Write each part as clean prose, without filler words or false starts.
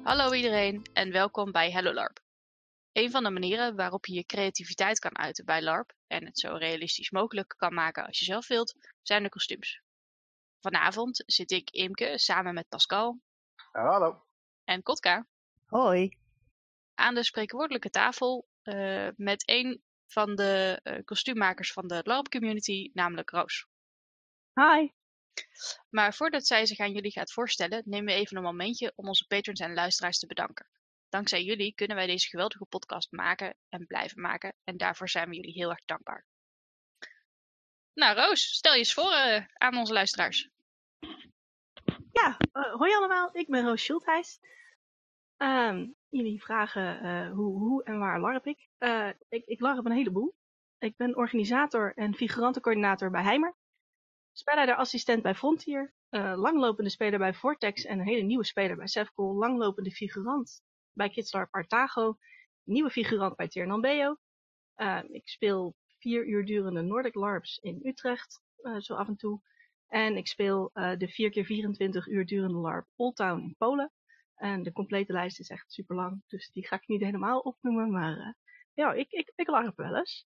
Hallo iedereen en welkom bij Hello LARP. Een van de manieren waarop je je creativiteit kan uiten bij LARP en het zo realistisch mogelijk kan maken als je zelf wilt, zijn de kostuums. Vanavond zit ik, Imke, samen met Pascal Hallo. en Kotka Hoi. aan de spreekwoordelijke tafel met een van de kostuummakers van de LARP community, namelijk Roos. Hi. Maar voordat zij zich aan jullie gaat voorstellen, nemen we even een momentje om onze patrons en luisteraars te bedanken. Dankzij jullie kunnen wij deze geweldige podcast maken en blijven maken. En daarvoor zijn we jullie heel erg dankbaar. Nou Roos, stel je eens voor aan onze luisteraars. Ja, hoi allemaal. Ik ben Roos Schulthijs. Jullie vragen hoe en waar larp ik. Ik larp een heleboel. Ik ben organisator en figurantencoördinator bij Heimer. Spellleiderassistent bij Frontier. Langlopende speler bij Vortex en een hele nieuwe speler bij Sevcol. Langlopende figurant bij Kidslarp Artago. Nieuwe figurant bij Ternambeo. Ik speel 4 uur durende Nordic LARPs in Utrecht, zo af en toe. En ik speel de 4x24 uur durende LARP Old Town in Polen. En de complete lijst is echt super lang, dus die ga ik niet helemaal opnoemen. Maar ja, ik larp wel eens.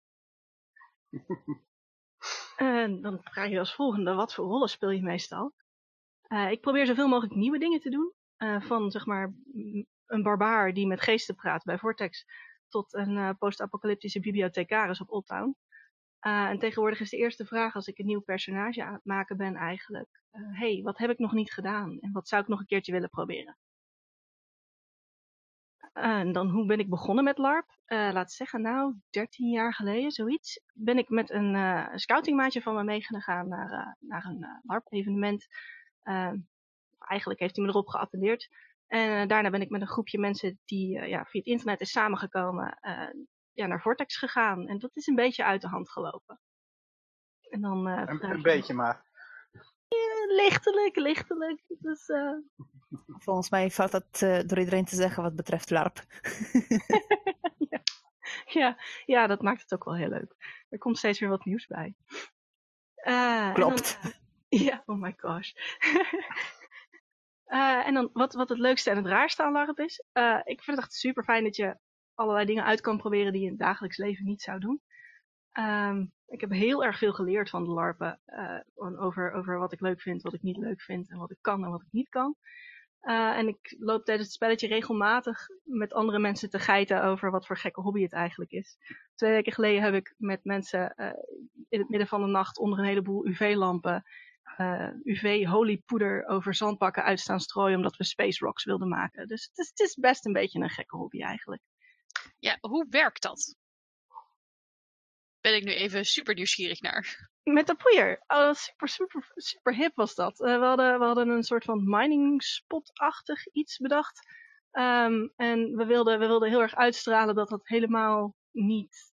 En dan vraag je als volgende, wat voor rollen speel je meestal? Ik probeer zoveel mogelijk nieuwe dingen te doen. Van zeg maar een barbaar die met geesten praat bij Vortex, tot een post-apocalyptische bibliothecaris op Old Town. En tegenwoordig is de eerste vraag als ik een nieuw personage aan het maken ben eigenlijk, hey, wat heb ik nog niet gedaan en wat zou ik nog een keertje willen proberen? En dan hoe ben ik begonnen met LARP? Laat zeggen, nou, 13 jaar geleden, zoiets, ben ik met een scoutingmaatje van me meegegaan naar een LARP-evenement. Eigenlijk heeft hij me erop geattendeerd. En daarna ben ik met een groepje mensen die via het internet is samengekomen naar Vortex gegaan. En dat is een beetje uit de hand gelopen. En dan, een beetje maar. Lichtelijk. Dus, Volgens mij valt dat door iedereen te zeggen wat betreft LARP. ja, dat maakt het ook wel heel leuk. Er komt steeds weer wat nieuws bij. Klopt. Ja, oh my gosh. En dan wat het leukste en het raarste aan LARP is. Ik vind het echt super fijn dat je allerlei dingen uit kan proberen die je in het dagelijks leven niet zou doen. Ik heb heel erg veel geleerd van de LARPen. Over wat ik leuk vind, wat ik niet leuk vind. En wat ik kan en wat ik niet kan. En ik loop tijdens het spelletje regelmatig met andere mensen te geiten over wat voor gekke hobby het eigenlijk is. 2 weken geleden heb ik met mensen in het midden van de nacht onder een heleboel UV-lampen UV-holypoeder over zandbakken uit staan strooien omdat we space rocks wilden maken. Dus het is best een beetje een gekke hobby eigenlijk. Ja, hoe werkt ben ik nu even super nieuwsgierig naar. Met de poeier. Oh, super hip was dat. We hadden een soort van mining spot-achtig iets bedacht. En we wilden heel erg uitstralen dat dat helemaal niet...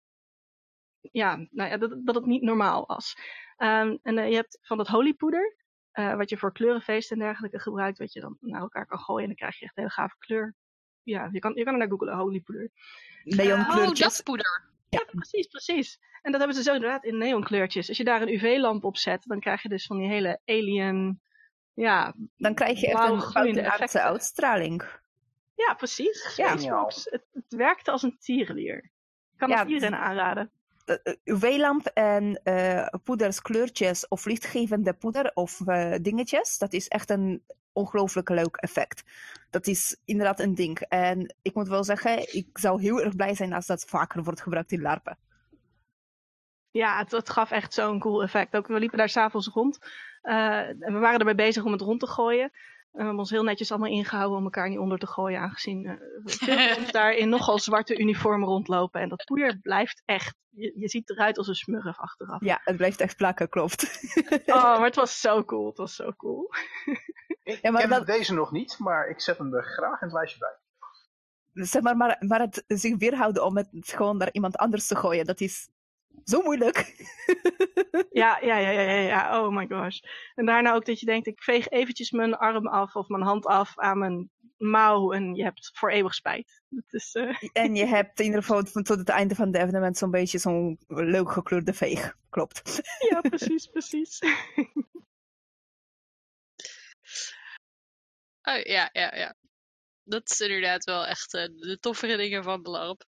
dat het niet normaal was. En je hebt van dat holypoeder, wat je voor kleurenfeesten en dergelijke gebruikt, wat je dan naar elkaar kan gooien en dan krijg je echt een hele gave kleur. Ja, je kan er naar googlen, holypoeder. Neonkleurtjes. Oh, dat poeder. Ja, precies. En dat hebben ze zo inderdaad in neonkleurtjes. Als je daar een UV-lamp op zet, dan krijg je dus van die hele alien, dan krijg je echt een buitenaardse uitstraling. Ja, precies. Ja. Het werkte als een tierenlier. Ik kan het iedereen aanraden. UV-lamp en poeders, kleurtjes of lichtgevende poeder of dingetjes, dat is echt een ongelooflijk leuk effect. Dat is inderdaad een ding. En ik moet wel zeggen, ik zou heel erg blij zijn als dat vaker wordt gebruikt in LARPen. Ja, het gaf echt zo'n cool effect. Ook we liepen daar s'avonds rond. En we waren erbij bezig om het rond te gooien. We hebben ons heel netjes allemaal ingehouden om elkaar niet onder te gooien. Aangezien veel van ons daar in nogal zwarte uniformen rondlopen. En dat poeier blijft echt... Je ziet eruit als een smurf achteraf. Ja, het blijft echt plakken, klopt. Oh, maar het was zo cool. Ik ken deze nog niet, maar ik zet hem er graag in het lijstje bij. Zeg maar het zich weerhouden om het gewoon naar iemand anders te gooien, dat is zo moeilijk. Ja, oh my gosh. En daarna ook dat je denkt, ik veeg eventjes mijn arm af of mijn hand af aan mijn mouw en je hebt voor eeuwig spijt. Dat is, En je hebt in ieder geval tot het einde van het evenement zo'n beetje zo'n leuk gekleurde veeg. Klopt. Ja, precies. Oh, ja. Dat is inderdaad wel echt de toffere dingen van de LARP.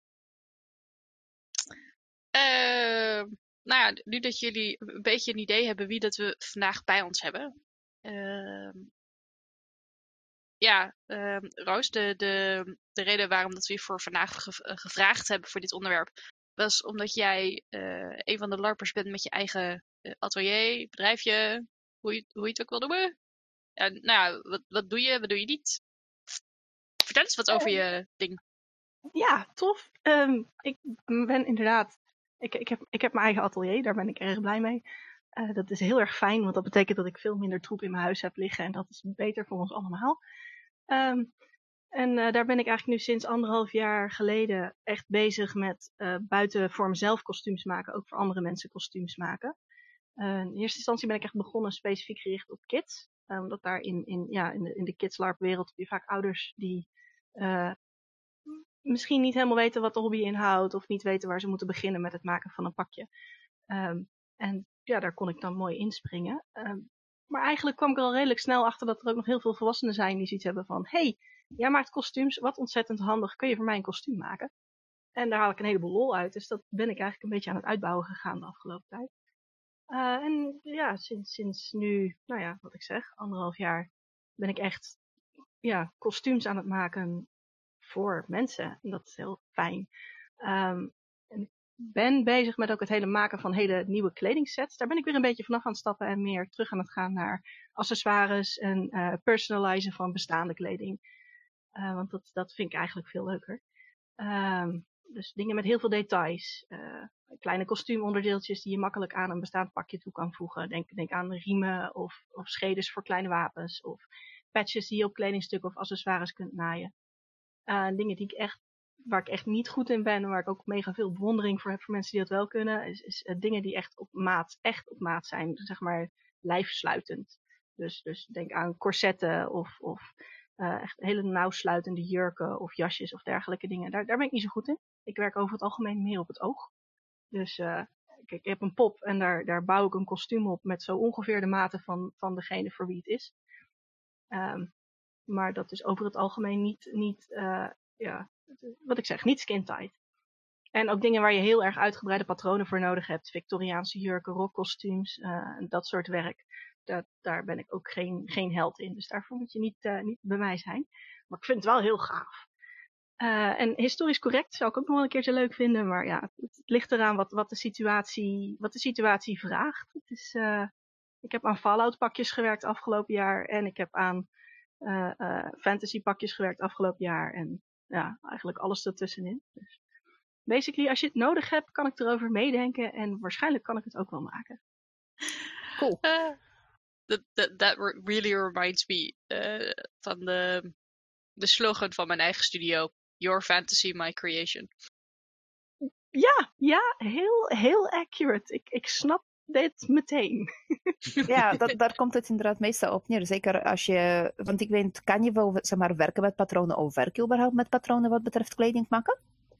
Nou ja, nu dat jullie een beetje een idee hebben wie dat we vandaag bij ons hebben. Roos, de reden waarom dat we je voor vandaag gevraagd hebben voor dit onderwerp was omdat jij een van de LARPers bent met je eigen atelier, bedrijfje, hoe je het ook wil noemen. Wat doe je, wat doe je niet? Vertel eens wat over je ding. Ja, tof. Ik ben inderdaad... Ik heb mijn eigen atelier, daar ben ik erg blij mee. Dat is heel erg fijn, want dat betekent dat ik veel minder troep in mijn huis heb liggen. En dat is beter voor ons allemaal. Daar ben ik eigenlijk nu sinds 1,5 jaar geleden echt bezig met buiten voor mezelf kostuums maken. Ook voor andere mensen kostuums maken. In eerste instantie ben ik echt begonnen specifiek gericht op kids. Omdat daar in de kids LARP wereld heb je vaak ouders die misschien niet helemaal weten wat de hobby inhoudt. Of niet weten waar ze moeten beginnen met het maken van een pakje. Daar kon ik dan mooi inspringen. Maar eigenlijk kwam ik er al redelijk snel achter dat er ook nog heel veel volwassenen zijn die zoiets hebben van... Hey, jij maakt kostuums, wat ontzettend handig. Kun je voor mij een kostuum maken? En daar haal ik een heleboel lol uit. Dus dat ben ik eigenlijk een beetje aan het uitbouwen gegaan de afgelopen tijd. Sinds nu, wat ik zeg, 1,5 jaar ben ik echt kostuums aan het maken voor mensen. En dat is heel fijn. En ik ben bezig met ook het hele maken van hele nieuwe kledingsets. Daar ben ik weer een beetje vanaf aan het stappen en meer terug aan het gaan naar accessoires en personalizen van bestaande kleding. Want dat vind ik eigenlijk veel leuker. Dus dingen met heel veel details. Kleine kostuumonderdeeltjes die je makkelijk aan een bestaand pakje toe kan voegen. Denk aan riemen of scheders voor kleine wapens. Of patches die je op kledingstukken of accessoires kunt naaien. Dingen waar ik echt niet goed in ben. En waar ik ook mega veel bewondering voor heb voor mensen die dat wel kunnen. Is dingen die echt op maat zijn. Zeg maar lijfsluitend. Dus denk aan corsetten of echt hele nauwsluitende jurken of jasjes of dergelijke dingen. Daar ben ik niet zo goed in. Ik werk over het algemeen meer op het oog. Dus ik heb een pop en daar bouw ik een kostuum op met zo ongeveer de mate van degene voor wie het is. Maar dat is over het algemeen niet wat ik zeg, niet skin tight. En ook dingen waar je heel erg uitgebreide patronen voor nodig hebt. Victoriaanse jurken, rockkostuums, dat soort werk. Daar ben ik ook geen held in. Dus daarvoor moet je niet bij mij zijn. Maar ik vind het wel heel gaaf. En historisch correct zou ik ook nog wel een keertje leuk vinden. Maar ja, het ligt eraan wat de situatie vraagt. Ik heb aan Fallout pakjes gewerkt afgelopen jaar. En ik heb aan fantasy pakjes gewerkt afgelopen jaar. En ja, eigenlijk alles ertussenin. Dus basically, als je het nodig hebt, kan ik erover meedenken. En waarschijnlijk kan ik het ook wel maken. Cool. That really reminds me van de slogan van mijn eigen studio. Your fantasy, my creation. Ja, heel accurate. Ik snap dit meteen. Ja, daar komt het inderdaad meestal op neer. Zeker als je, want ik weet, kan je wel zeg maar, werken met patronen of werk je überhaupt met patronen wat betreft kleding maken?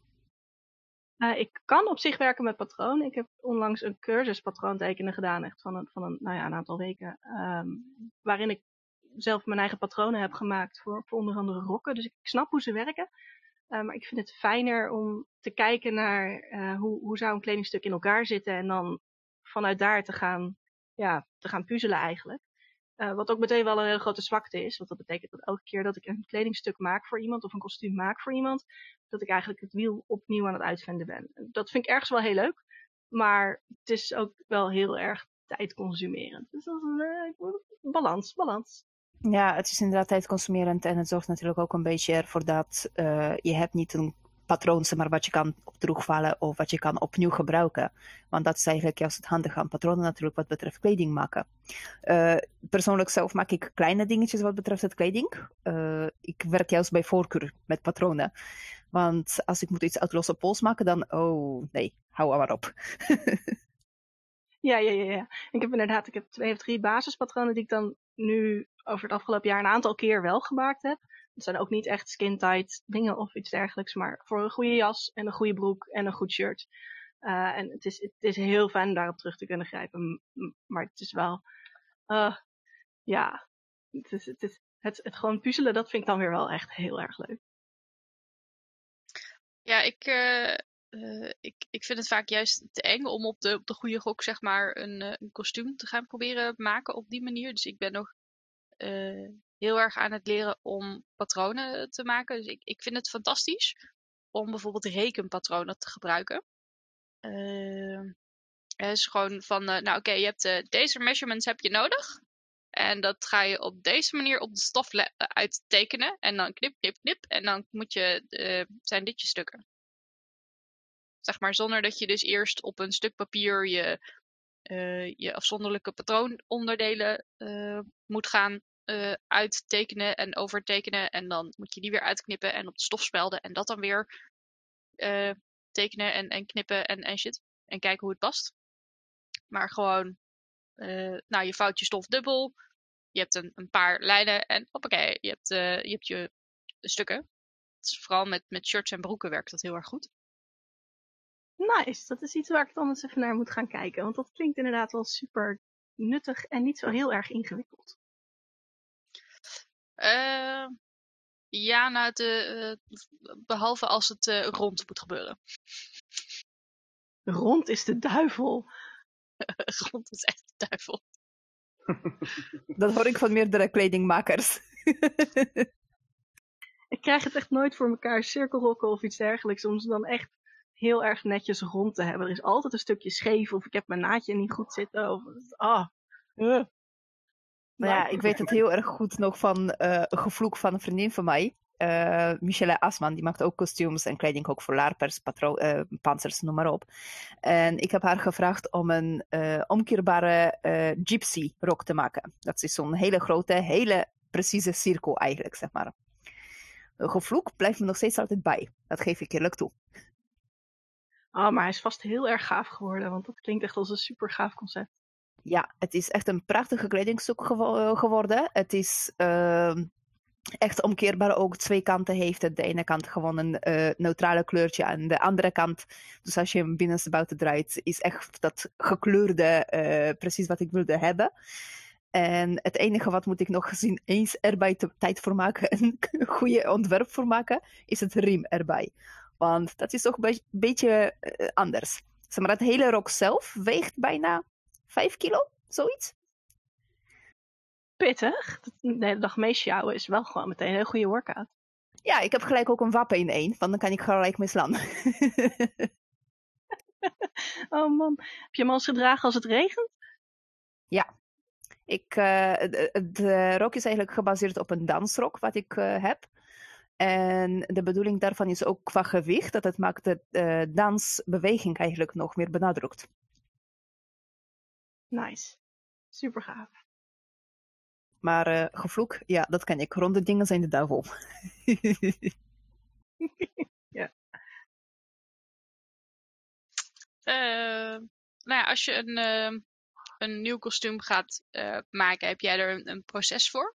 Ik kan op zich werken met patronen. Ik heb onlangs een cursus patroontekenen gedaan, echt van een aantal weken. Waarin ik zelf mijn eigen patronen heb gemaakt voor onder andere rokken. Dus ik snap hoe ze werken. Maar ik vind het fijner om te kijken naar hoe zou een kledingstuk in elkaar zitten. En dan vanuit daar te gaan puzzelen eigenlijk. Wat ook meteen wel een hele grote zwakte is. Want dat betekent dat elke keer dat ik een kledingstuk maak voor iemand of een kostuum maak voor iemand, dat ik eigenlijk het wiel opnieuw aan het uitvinden ben. Dat vind ik ergens wel heel leuk. Maar het is ook wel heel erg tijdconsumerend. Dus dat is een balans. Ja, het is inderdaad tijdconsumerend en het zorgt natuurlijk ook een beetje ervoor dat je hebt niet een patroon, zeg maar, wat je kan op terugvallen of wat je kan opnieuw gebruiken. Want dat is eigenlijk juist het handige aan patronen natuurlijk wat betreft kleding maken. Persoonlijk zelf maak ik kleine dingetjes wat betreft het kleding. Ik werk juist bij voorkeur met patronen. Want als ik moet iets uit losse pols maken, dan, oh nee, hou maar op. Ja. Ik heb 2 of 3 basispatronen die ik dan nu over het afgelopen jaar een aantal keer wel gemaakt heb. Het zijn ook niet echt skin tight dingen of iets dergelijks, maar voor een goede jas en een goede broek en een goed shirt. En het is heel fijn om daarop terug te kunnen grijpen. Maar het is wel, het gewoon puzzelen, dat vind ik dan weer wel echt heel erg leuk. Ja, ik vind het vaak juist te eng om op de goede rok, zeg maar, een kostuum te gaan proberen maken op die manier. Dus ik ben nog heel erg aan het leren om patronen te maken. Dus ik vind het fantastisch om bijvoorbeeld rekenpatronen te gebruiken. Het is gewoon van, nou oké, je hebt deze measurements heb je nodig. En dat ga je op deze manier op de stof uittekenen. En dan knip, knip, knip. En dan zijn dit je stukken. Zeg maar zonder dat je dus eerst op een stuk papier je afzonderlijke patroononderdelen moet gaan uittekenen en overtekenen. En dan moet je die weer uitknippen en op de stof spelden. En dat dan weer tekenen en knippen en shit. En kijken hoe het past. Maar gewoon, nou je vouwt je stof dubbel. Je hebt een paar lijnen en hoppakee, je hebt je stukken. Dus vooral met shirts en broeken werkt dat heel erg goed. Nice, dat is iets waar ik dan eens even naar moet gaan kijken. Want dat klinkt inderdaad wel super nuttig en niet zo heel erg ingewikkeld. Ja, nou, behalve als het rond moet gebeuren. Rond is de duivel. Rond is echt de duivel. Dat hoor ik van meerdere kledingmakers. Ik krijg het echt nooit voor elkaar, cirkelrokken of iets dergelijks, om ze dan echt heel erg netjes rond te hebben. Er is altijd een stukje scheef, of ik heb mijn naadje niet goed zitten, of... Nou ja, ik weet het heel erg goed nog van een gevloek van een vriendin van mij. Michelle Asman, die maakt ook kostuums en kleding ook voor larpers, panzers, noem maar op. En ik heb haar gevraagd om een omkeerbare gypsy rok te maken. Dat is zo'n hele grote, hele precieze cirkel eigenlijk, zeg maar. Een gevloek blijft me nog steeds altijd bij. Dat geef ik eerlijk toe. Oh, maar hij is vast heel erg gaaf geworden, want dat klinkt echt als een super gaaf concept. Ja, het is echt een prachtige kledingstuk geworden. Het is echt omkeerbaar ook. 2 kanten heeft het. De ene kant gewoon een neutrale kleurtje en de andere kant, dus als je hem binnenstebuiten draait, is echt dat gekleurde precies wat ik wilde hebben. En het enige wat moet ik nog gezien eens erbij tijd voor maken en een goede ontwerp voor maken, is het riem erbij. Want dat is toch een beetje anders. Zeg maar, het hele rok zelf weegt bijna 5 kilo, zoiets. Pittig. De hele dag meesjouwen is wel gewoon meteen een heel goede workout. Ja, ik heb gelijk ook een wapen in 1, want dan kan ik gelijk mee slaan. Oh man, heb je hem al eens gedragen als het regent? Ja. De rok is eigenlijk gebaseerd op een dansrok wat ik heb. En de bedoeling daarvan is ook qua gewicht, dat het maakt de dansbeweging eigenlijk nog meer benadrukt. Nice. Super gaaf. Maar gevloek, ja, dat kan ik. Ronde dingen zijn de duivel. Ja. Nou ja, als je een nieuw kostuum gaat maken, heb jij er een proces voor?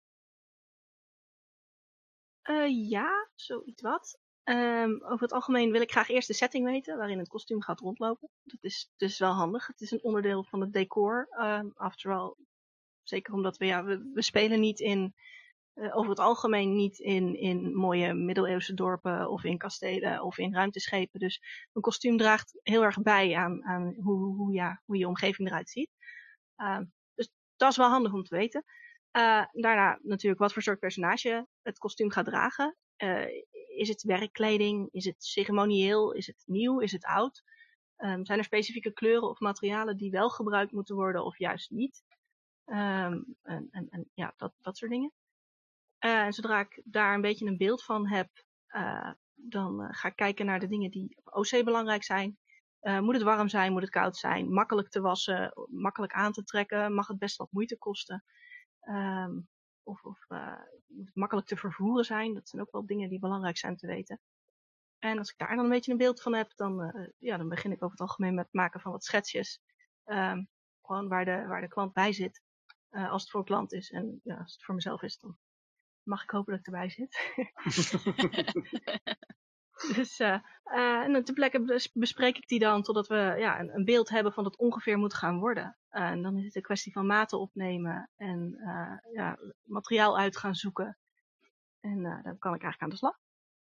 Ja, zoiets wat. Over het algemeen wil ik graag eerst de setting weten waarin het kostuum gaat rondlopen. Dat is dus wel handig. Het is een onderdeel van het decor. After all, zeker omdat we spelen niet over het algemeen niet in mooie middeleeuwse dorpen of in kastelen of in ruimteschepen. Dus een kostuum draagt heel erg bij aan hoe je omgeving eruit ziet. Dus dat is wel handig om te weten. Daarna natuurlijk wat voor soort personage het kostuum gaat dragen. Is het werkkleding? Is het ceremonieel? Is het nieuw? Is het oud? Zijn er specifieke kleuren of materialen die wel gebruikt moeten worden of juist niet? Ja, dat soort dingen. En zodra ik daar een beetje een beeld van heb, dan ga ik kijken naar de dingen die op OC belangrijk zijn. Moet het warm zijn? Moet het koud zijn? Makkelijk te wassen? Makkelijk aan te trekken? Mag het best wat moeite kosten? Moet het makkelijk te vervoeren zijn? Dat zijn ook wel dingen die belangrijk zijn te weten. En als ik daar dan een beetje een beeld van heb, dan begin ik over het algemeen met het maken van wat schetsjes. Gewoon waar de klant bij zit. Als het voor een klant is. En ja, als het voor mezelf is, dan mag ik hopen dat ik erbij zit. Dus en ter plekke bespreek ik die dan totdat we een beeld hebben van wat het ongeveer moet gaan worden. En dan is het een kwestie van maten opnemen en materiaal uit gaan zoeken. En dan kan ik eigenlijk aan de slag.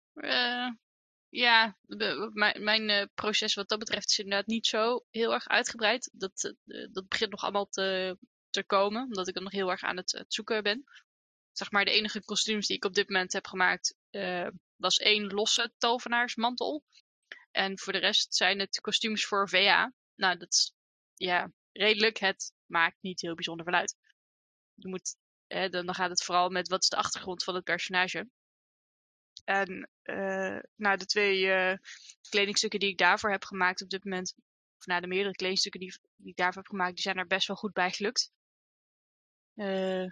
Mijn proces wat dat betreft is inderdaad niet zo heel erg uitgebreid. Dat begint nog allemaal te komen, omdat ik er nog heel erg aan het zoeken ben. Zeg maar, de enige kostuums die ik op dit moment heb gemaakt, was 1 losse tovenaarsmantel. En voor de rest zijn het kostuums voor VA. Nou, dat is redelijk. Het maakt niet heel bijzonder veel uit. Je moet, dan gaat het vooral met wat is de achtergrond van het personage. En de 2 kledingstukken die ik daarvoor heb gemaakt op dit moment, of de meerdere kledingstukken die ik daarvoor heb gemaakt, die zijn er best wel goed bij gelukt. Nice.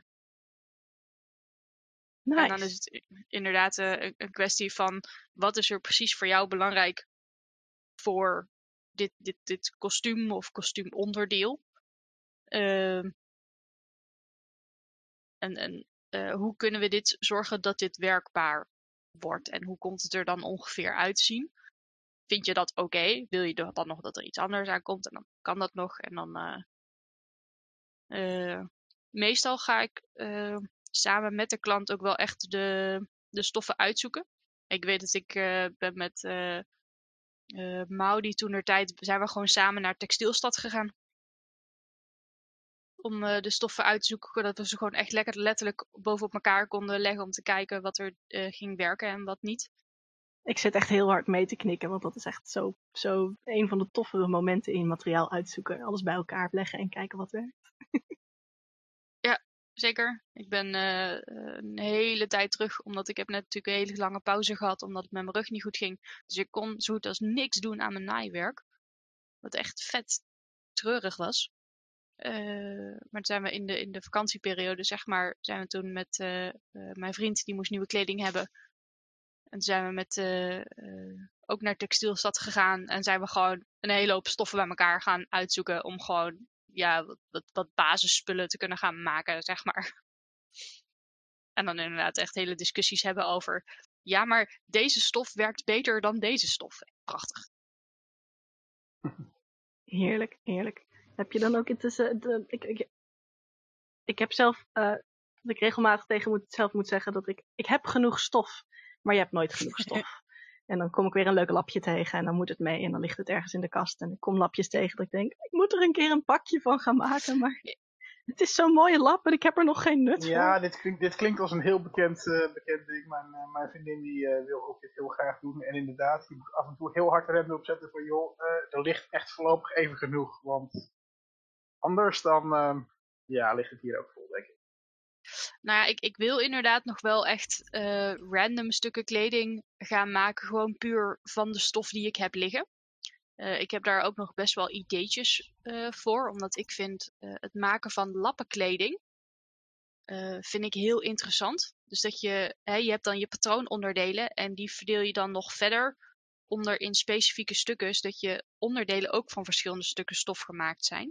En dan is het inderdaad een kwestie van wat is er precies voor jou belangrijk voor dit kostuum of kostuumonderdeel. En hoe kunnen we dit zorgen dat dit werkbaar wordt en hoe komt het er dan ongeveer uitzien? Vind je dat oké? Wil je dan nog dat er iets anders aan komt en dan kan dat nog. En dan meestal ga ik samen met de klant ook wel echt de stoffen uitzoeken. Ik weet dat ik ben met Maudi toentertijd zijn we gewoon samen naar Textielstad gegaan. Om de stoffen uit te zoeken, dat we ze gewoon echt lekker letterlijk bovenop elkaar konden leggen om te kijken wat er ging werken en wat niet. Ik zit echt heel hard mee te knikken, want dat is echt zo een van de toffere momenten in materiaal uitzoeken. Alles bij elkaar leggen en kijken wat werkt. Ja, zeker. Ik ben een hele tijd terug, omdat ik heb net natuurlijk een hele lange pauze gehad, omdat het met mijn rug niet goed ging. Dus ik kon zo goed als niks doen aan mijn naaiwerk. Wat echt vet treurig was. Maar toen zijn we in de vakantieperiode, zeg maar, zijn we toen met mijn vriend, die moest nieuwe kleding hebben. En toen zijn we met ook naar Textielstad gegaan en zijn we gewoon een hele hoop stoffen bij elkaar gaan uitzoeken om gewoon wat basisspullen te kunnen gaan maken, zeg maar. En dan inderdaad echt hele discussies hebben over, ja, maar deze stof werkt beter dan deze stof. Prachtig. Heerlijk, heerlijk. Heb je dan ook intussen... Ik heb zelf... dat ik regelmatig tegen mezelf moet zeggen dat ik heb genoeg stof, maar je hebt nooit genoeg stof. En dan kom ik weer een leuk lapje tegen en dan moet het mee en dan ligt het ergens in de kast. En ik kom lapjes tegen dat ik denk, ik moet er een keer een pakje van gaan maken, maar het is zo'n mooie lap en ik heb er nog geen nut voor. Ja, dit klinkt als een heel bekend ding. Mijn vriendin die wil ook dit heel graag doen. En inderdaad, je moet af en toe heel hard remmen opzetten van joh, er ligt echt voorlopig even genoeg. Want anders dan ligt het hier ook vol, denk ik. Nou ja, ik wil inderdaad nog wel echt random stukken kleding gaan maken. Gewoon puur van de stof die ik heb liggen. Ik heb daar ook nog best wel ideetjes voor. Omdat ik vind het maken van lappenkleding vind ik heel interessant. Dus dat je hebt dan je patroononderdelen. En die verdeel je dan nog verder onder in specifieke stukken. Zodat je onderdelen ook van verschillende stukken stof gemaakt zijn.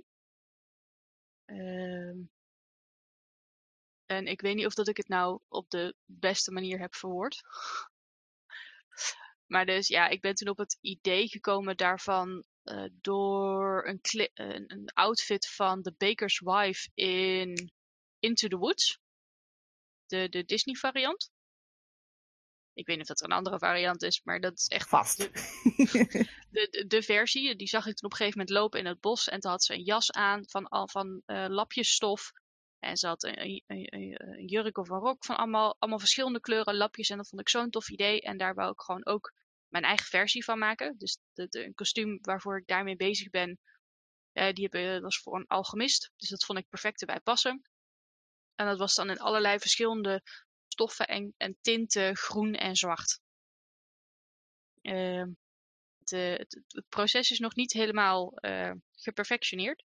En ik weet niet of dat ik het nou op de beste manier heb verwoord. Maar dus ja, ik ben toen op het idee gekomen daarvan door een outfit van The Baker's Wife in Into the Woods. De Disney variant. Ik weet niet of dat er een andere variant is, maar dat is echt Vast. de versie. Die zag ik toen op een gegeven moment lopen in het bos. En toen had ze een jas aan van lapjesstof. En ze had een jurk of een rok van allemaal verschillende kleuren lapjes. En dat vond ik zo'n tof idee. En daar wou ik gewoon ook mijn eigen versie van maken. Dus een kostuum waarvoor ik daarmee bezig ben, was voor een alchemist. Dus dat vond ik perfect erbij passen. En dat was dan in allerlei verschillende stoffen en tinten, groen en zwart. Het proces is nog niet helemaal geperfectioneerd.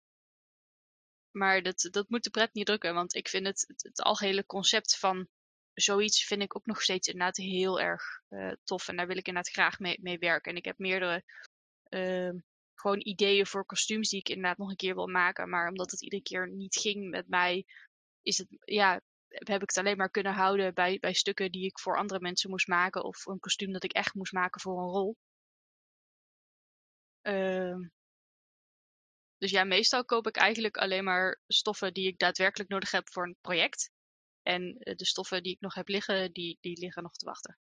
Maar dat moet de pret niet drukken, want ik vind het algehele concept van zoiets vind ik ook nog steeds inderdaad heel erg tof. En daar wil ik inderdaad graag mee werken. En ik heb meerdere gewoon ideeën voor kostuums die ik inderdaad nog een keer wil maken. Maar omdat het iedere keer niet ging met mij, is het heb ik het alleen maar kunnen houden bij stukken die ik voor andere mensen moest maken. Of een kostuum dat ik echt moest maken voor een rol. Dus ja, meestal koop ik eigenlijk alleen maar stoffen die ik daadwerkelijk nodig heb voor een project. En de stoffen die ik nog heb liggen, die liggen nog te wachten.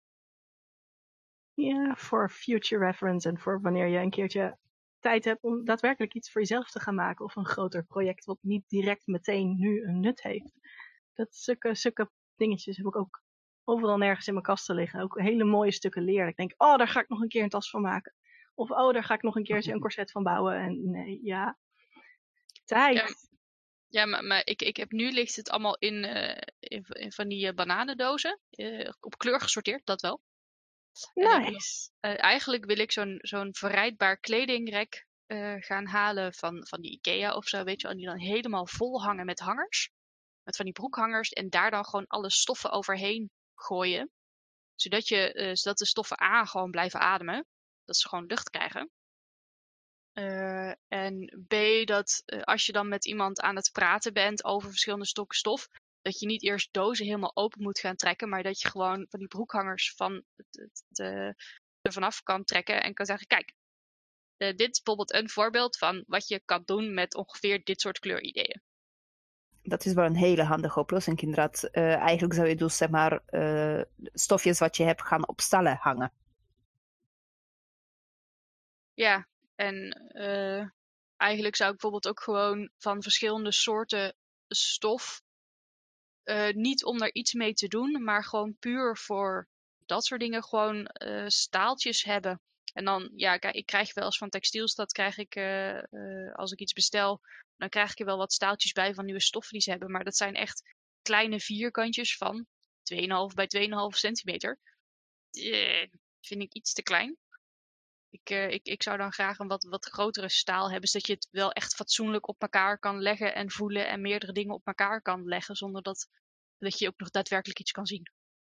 Ja, voor future reference en voor wanneer je een keertje tijd hebt om daadwerkelijk iets voor jezelf te gaan maken. Of een groter project wat niet direct meteen nu een nut heeft. Dat zulke dingetjes heb ik ook overal nergens in mijn kasten liggen. Ook hele mooie stukken leer. Ik denk, daar ga ik nog een keer een tas van maken. Of daar ga ik nog een keertje een corset van bouwen. En nee, ja. Tijd. Ja, maar ik heb nu ligt het allemaal in van die bananendozen. Op kleur gesorteerd, dat wel. Nice. Eigenlijk wil ik zo'n verrijdbaar kledingrek gaan halen van die IKEA of zo, weet je wel. Die dan helemaal vol hangen met hangers. Met van die broekhangers. En daar dan gewoon alle stoffen overheen gooien. Zodat de stoffen A gewoon blijven ademen. Dat ze gewoon lucht krijgen. En B, dat als je dan met iemand aan het praten bent over verschillende stokken stof, dat je niet eerst dozen helemaal open moet gaan trekken, maar dat je gewoon van die broekhangers er vanaf kan trekken en kan zeggen, kijk, dit is bijvoorbeeld een voorbeeld van wat je kan doen met ongeveer dit soort kleurideeën. Dat is wel een hele handige oplossing, inderdaad. Eigenlijk zou je dus, zeg maar, stofjes wat je hebt gaan op stallen hangen. Ja, en eigenlijk zou ik bijvoorbeeld ook gewoon van verschillende soorten stof, niet om daar iets mee te doen, maar gewoon puur voor dat soort dingen, gewoon staaltjes hebben. En dan, ja, kijk, ik krijg wel eens van Textielstad, krijg ik, als ik iets bestel, dan krijg ik er wel wat staaltjes bij van nieuwe stoffen die ze hebben. Maar dat zijn echt kleine vierkantjes van 2,5 bij 2,5 centimeter. Vind ik iets te klein. Ik zou dan graag een wat grotere staal hebben, zodat je het wel echt fatsoenlijk op elkaar kan leggen en voelen en meerdere dingen op elkaar kan leggen, zonder dat je ook nog daadwerkelijk iets kan zien.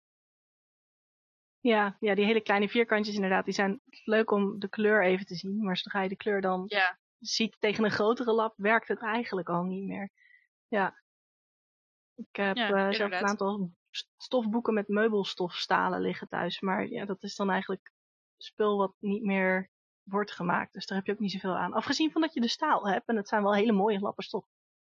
Ja, die hele kleine vierkantjes inderdaad, die zijn leuk om de kleur even te zien. Maar zodra je de kleur dan ziet tegen een grotere lap, werkt het eigenlijk al niet meer. Ja. Ik heb zelf een aantal stofboeken met meubelstofstalen liggen thuis. Maar ja, dat is dan eigenlijk spul wat niet meer wordt gemaakt. Dus daar heb je ook niet zoveel aan. Afgezien van dat je de staal hebt. En het zijn wel hele mooie lappen stof.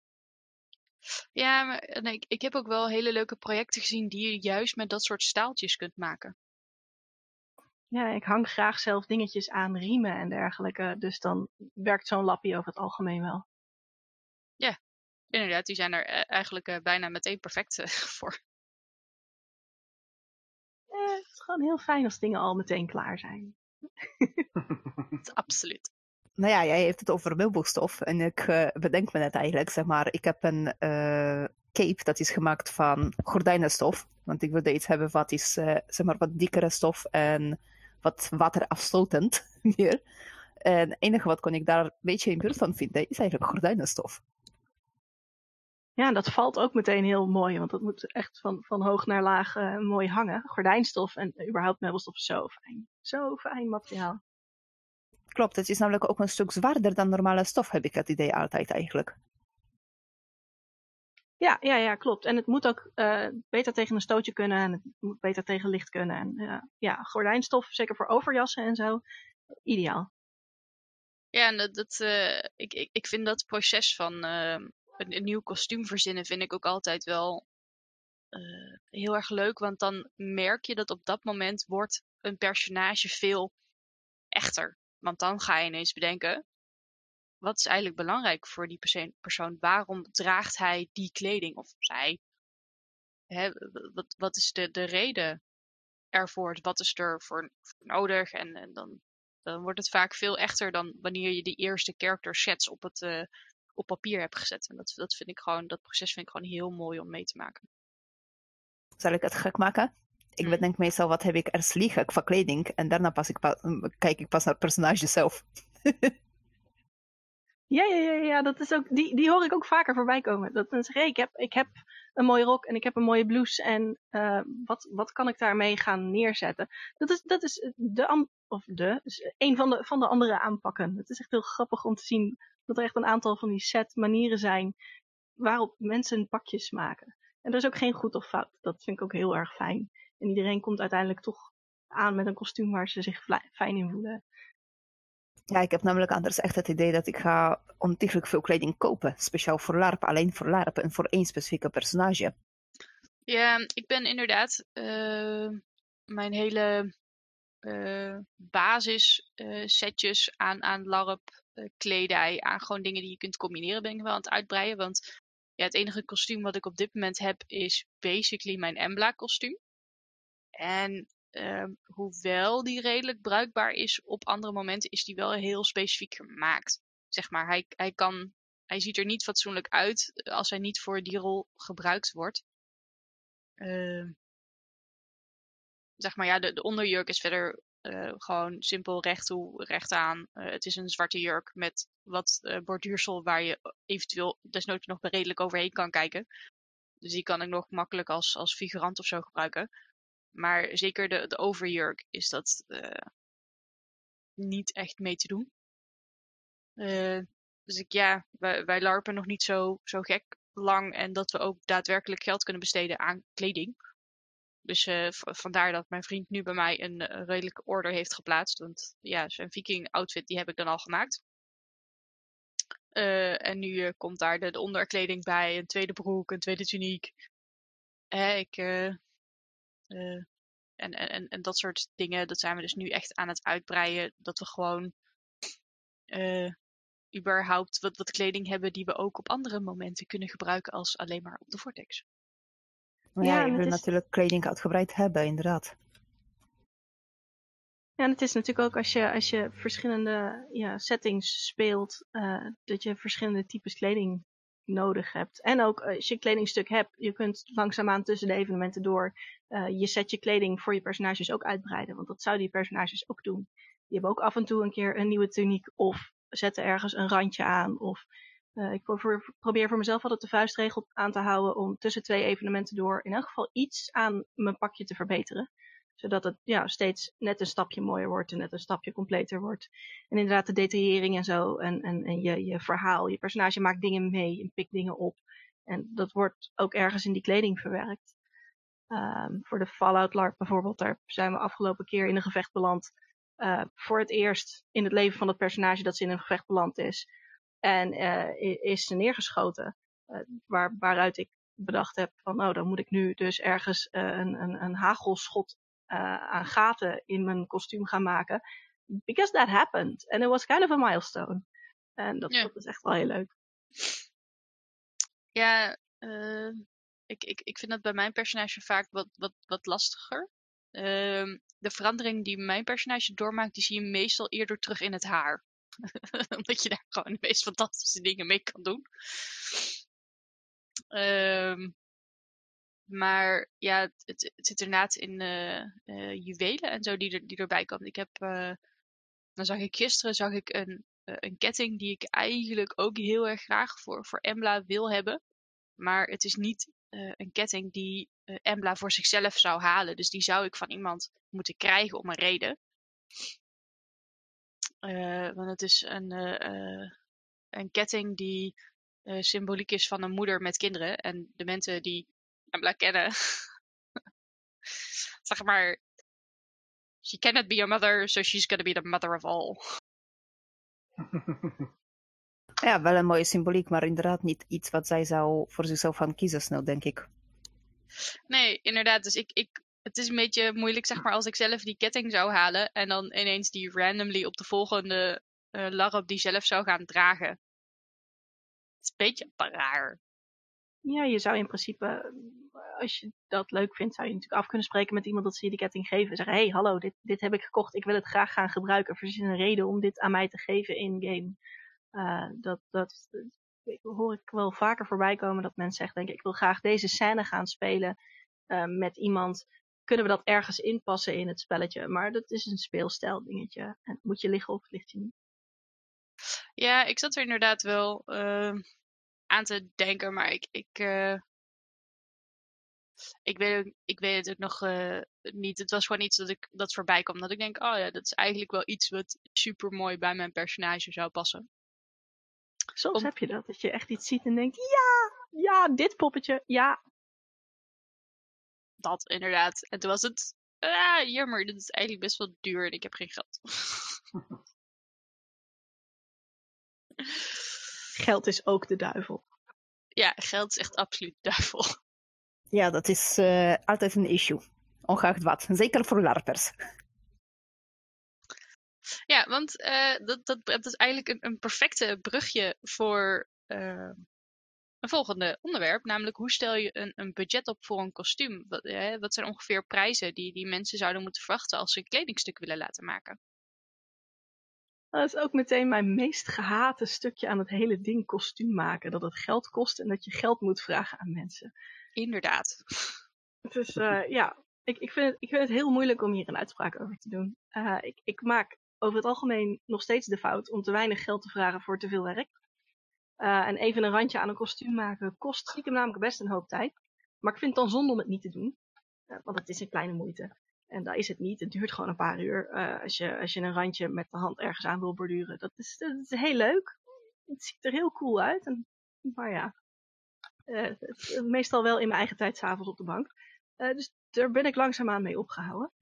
Ja, maar nee, ik heb ook wel hele leuke projecten gezien die je juist met dat soort staaltjes kunt maken. Ja, ik hang graag zelf dingetjes aan riemen en dergelijke. Dus dan werkt zo'n lappie over het algemeen wel. Ja, inderdaad. Die zijn er eigenlijk bijna meteen perfect voor. Het is gewoon heel fijn als dingen al meteen klaar zijn. Absoluut. Nou ja, jij heeft het over meubelstof. En ik bedenk me net eigenlijk, zeg maar, ik heb een cape dat is gemaakt van gordijnenstof. Want ik wilde iets hebben wat is, zeg maar, wat dikkere stof en wat waterafstotend meer. En het enige wat kon ik daar een beetje in buurt van vinden, is eigenlijk gordijnenstof. Ja, dat valt ook meteen heel mooi, want dat moet echt van hoog naar laag mooi hangen. Gordijnstof en überhaupt meubelstof, zo fijn. Zo fijn materiaal. Klopt, het is namelijk ook een stuk zwaarder dan normale stof, heb ik het idee altijd eigenlijk. Ja, klopt. En het moet ook beter tegen een stootje kunnen en het moet beter tegen licht kunnen. En gordijnstof, zeker voor overjassen en zo, ideaal. Ja, en ik vind dat proces van een nieuw kostuum verzinnen vind ik ook altijd wel heel erg leuk. Want dan merk je dat op dat moment wordt een personage veel echter. Want dan ga je ineens bedenken, wat is eigenlijk belangrijk voor die persoon? Waarom draagt hij die kleding? Of zij? Wat is de reden ervoor? Wat is er voor nodig? En dan wordt het vaak veel echter dan wanneer je die eerste character sets op papier hebt gezet. En dat vind ik gewoon, dat proces vind ik gewoon heel mooi om mee te maken. Zal ik het gek maken? Ik bedenk meestal, wat heb ik eerst liggen qua kleding en daarna kijk ik pas naar het personage zelf. Ja, dat is ook, die hoor ik ook vaker voorbij komen. Dat dan zeg ik heb een mooie rok en ik heb een mooie blouse en wat kan ik daarmee gaan neerzetten? Dat is een van de andere aanpakken. Het is echt heel grappig om te zien dat er echt een aantal van die set manieren zijn waarop mensen pakjes maken. En er is ook geen goed of fout. Dat vind ik ook heel erg fijn. En iedereen komt uiteindelijk toch aan met een kostuum waar ze zich fijn in voelen. Ja, ik heb namelijk anders echt het idee dat ik ga ontiegelijk veel kleding kopen. Speciaal voor LARP, alleen voor LARP en voor één specifieke personage. Ja, ik ben inderdaad mijn hele basis setjes aan LARP, kledij, aan gewoon dingen die je kunt combineren, ben ik wel aan het uitbreiden. Want ja, het enige kostuum wat ik op dit moment heb is basically mijn Embla kostuum. En hoewel die redelijk bruikbaar is op andere momenten, is die wel heel specifiek gemaakt. Zeg maar, hij ziet er niet fatsoenlijk uit als hij niet voor die rol gebruikt wordt. Zeg maar, ja, de onderjurk is verder gewoon simpel recht toe, recht aan. Het is een zwarte jurk met wat borduursel waar je eventueel desnoods nog redelijk overheen kan kijken. Dus die kan ik nog makkelijk als figurant of zo gebruiken. Maar zeker de overjurk is dat niet echt mee te doen. Dus wij larpen nog niet zo gek lang en dat we ook daadwerkelijk geld kunnen besteden aan kleding. Dus vandaar dat mijn vriend nu bij mij een redelijke order heeft geplaatst. Want ja, zijn viking outfit die heb ik dan al gemaakt. En nu komt daar de onderkleding bij, een tweede broek, een tweede tuniek. En dat soort dingen, dat zijn we dus nu echt aan het uitbreiden. Dat we gewoon überhaupt wat kleding hebben die we ook op andere momenten kunnen gebruiken als alleen maar op de Vortex. Maar ja, je wil natuurlijk kleding uitgebreid hebben, inderdaad. Ja, en het is natuurlijk ook als je verschillende settings speelt, dat je verschillende types kleding nodig hebt. En ook als je een kledingstuk hebt, je kunt langzaamaan tussen de evenementen door je setje kleding voor je personages ook uitbreiden. Want dat zouden die personages ook doen. Die hebben ook af en toe een keer een nieuwe tuniek of zetten ergens een randje aan. Of ik probeer voor mezelf altijd de vuistregel aan te houden om tussen 2 evenementen door in elk geval iets aan mijn pakje te verbeteren. Zodat het steeds net een stapje mooier wordt en net een stapje completer wordt. En inderdaad de detaillering en zo. En je verhaal. Je personage maakt dingen mee en pikt dingen op. En dat wordt ook ergens in die kleding verwerkt. Voor de Fallout LARP bijvoorbeeld. Daar zijn we afgelopen keer in een gevecht beland. Voor het eerst in het leven van het personage dat ze in een gevecht beland is. En is ze neergeschoten. Waaruit ik bedacht heb van dan moet ik nu dus ergens een hagelschot aan gaten in mijn kostuum gaan maken. Because that happened. And it was kind of a milestone. En dat is echt wel heel leuk. Ja, ik vind dat bij mijn personage vaak wat lastiger. De verandering die mijn personage doormaakt, die zie je meestal eerder terug in het haar. Omdat je daar gewoon de meest fantastische dingen mee kan doen. Maar ja, het zit inderdaad in juwelen en zo die erbij komen. Gisteren zag ik een ketting die ik eigenlijk ook heel erg graag voor Embla wil hebben. Maar het is niet een ketting die Embla voor zichzelf zou halen. Dus die zou ik van iemand moeten krijgen om een reden. Want het is een ketting die symboliek is van een moeder met kinderen. En de mensen die Embla kennen, zeg maar, she cannot be a mother, so she's gonna be the mother of all. Ja, wel een mooie symboliek, maar inderdaad niet iets wat zij zou voor zichzelf gaan kiezen snel, denk ik. Nee, inderdaad. Dus het is een beetje moeilijk, zeg maar, als ik zelf die ketting zou halen en dan ineens die randomly op de volgende LARP die zelf zou gaan dragen. Het is een beetje raar. Ja, je zou in principe, als je dat leuk vindt, zou je natuurlijk af kunnen spreken met iemand dat ze je die ketting geven. Zeggen, hey, hallo, dit heb ik gekocht, ik wil het graag gaan gebruiken. Verzin een reden om dit aan mij te geven in-game. Dat hoor ik wel vaker voorbij komen, dat mensen zeggen, ik wil graag deze scène gaan spelen met iemand. Kunnen we dat ergens inpassen in het spelletje? Maar dat is een speelstijl dingetje. En moet je liggen of ligt je niet? Ja, ik zat er inderdaad wel aan te denken, maar ik weet het ook nog niet. Het was gewoon iets dat voorbij kwam. Dat ik denk, oh ja, dat is eigenlijk wel iets wat super mooi bij mijn personage zou passen. Soms heb je dat je echt iets ziet en denkt, ja, dit poppetje, ja. dat inderdaad. En toen was het, jammer, dit is eigenlijk best wel duur en ik heb geen geld. Geld is ook de duivel. Ja, geld is echt absoluut duivel. Ja, dat is altijd een issue. Ongeacht wat. Zeker voor larpers. Ja, want dat is eigenlijk een perfecte brugje voor een volgende onderwerp. Namelijk, hoe stel je een budget op voor een kostuum? Wat zijn ongeveer prijzen die mensen zouden moeten verwachten als ze een kledingstuk willen laten maken? Dat is ook meteen mijn meest gehate stukje aan het hele ding kostuum maken. Dat het geld kost en dat je geld moet vragen aan mensen. Inderdaad. Dus ik vind het heel moeilijk om hier een uitspraak over te doen. Ik maak over het algemeen nog steeds de fout om te weinig geld te vragen voor te veel werk. En even een randje aan een kostuum maken kost stiekem namelijk best een hoop tijd. Maar ik vind het dan zonde om het niet te doen. Want het is een kleine moeite. En dat is het niet. Het duurt gewoon een paar uur. Als je een randje met de hand ergens aan wil borduren. Dat is heel leuk. Het ziet er heel cool uit. Maar ja, meestal wel in mijn eigen tijd 's avonds op de bank. Dus daar ben ik langzaamaan mee opgehouden.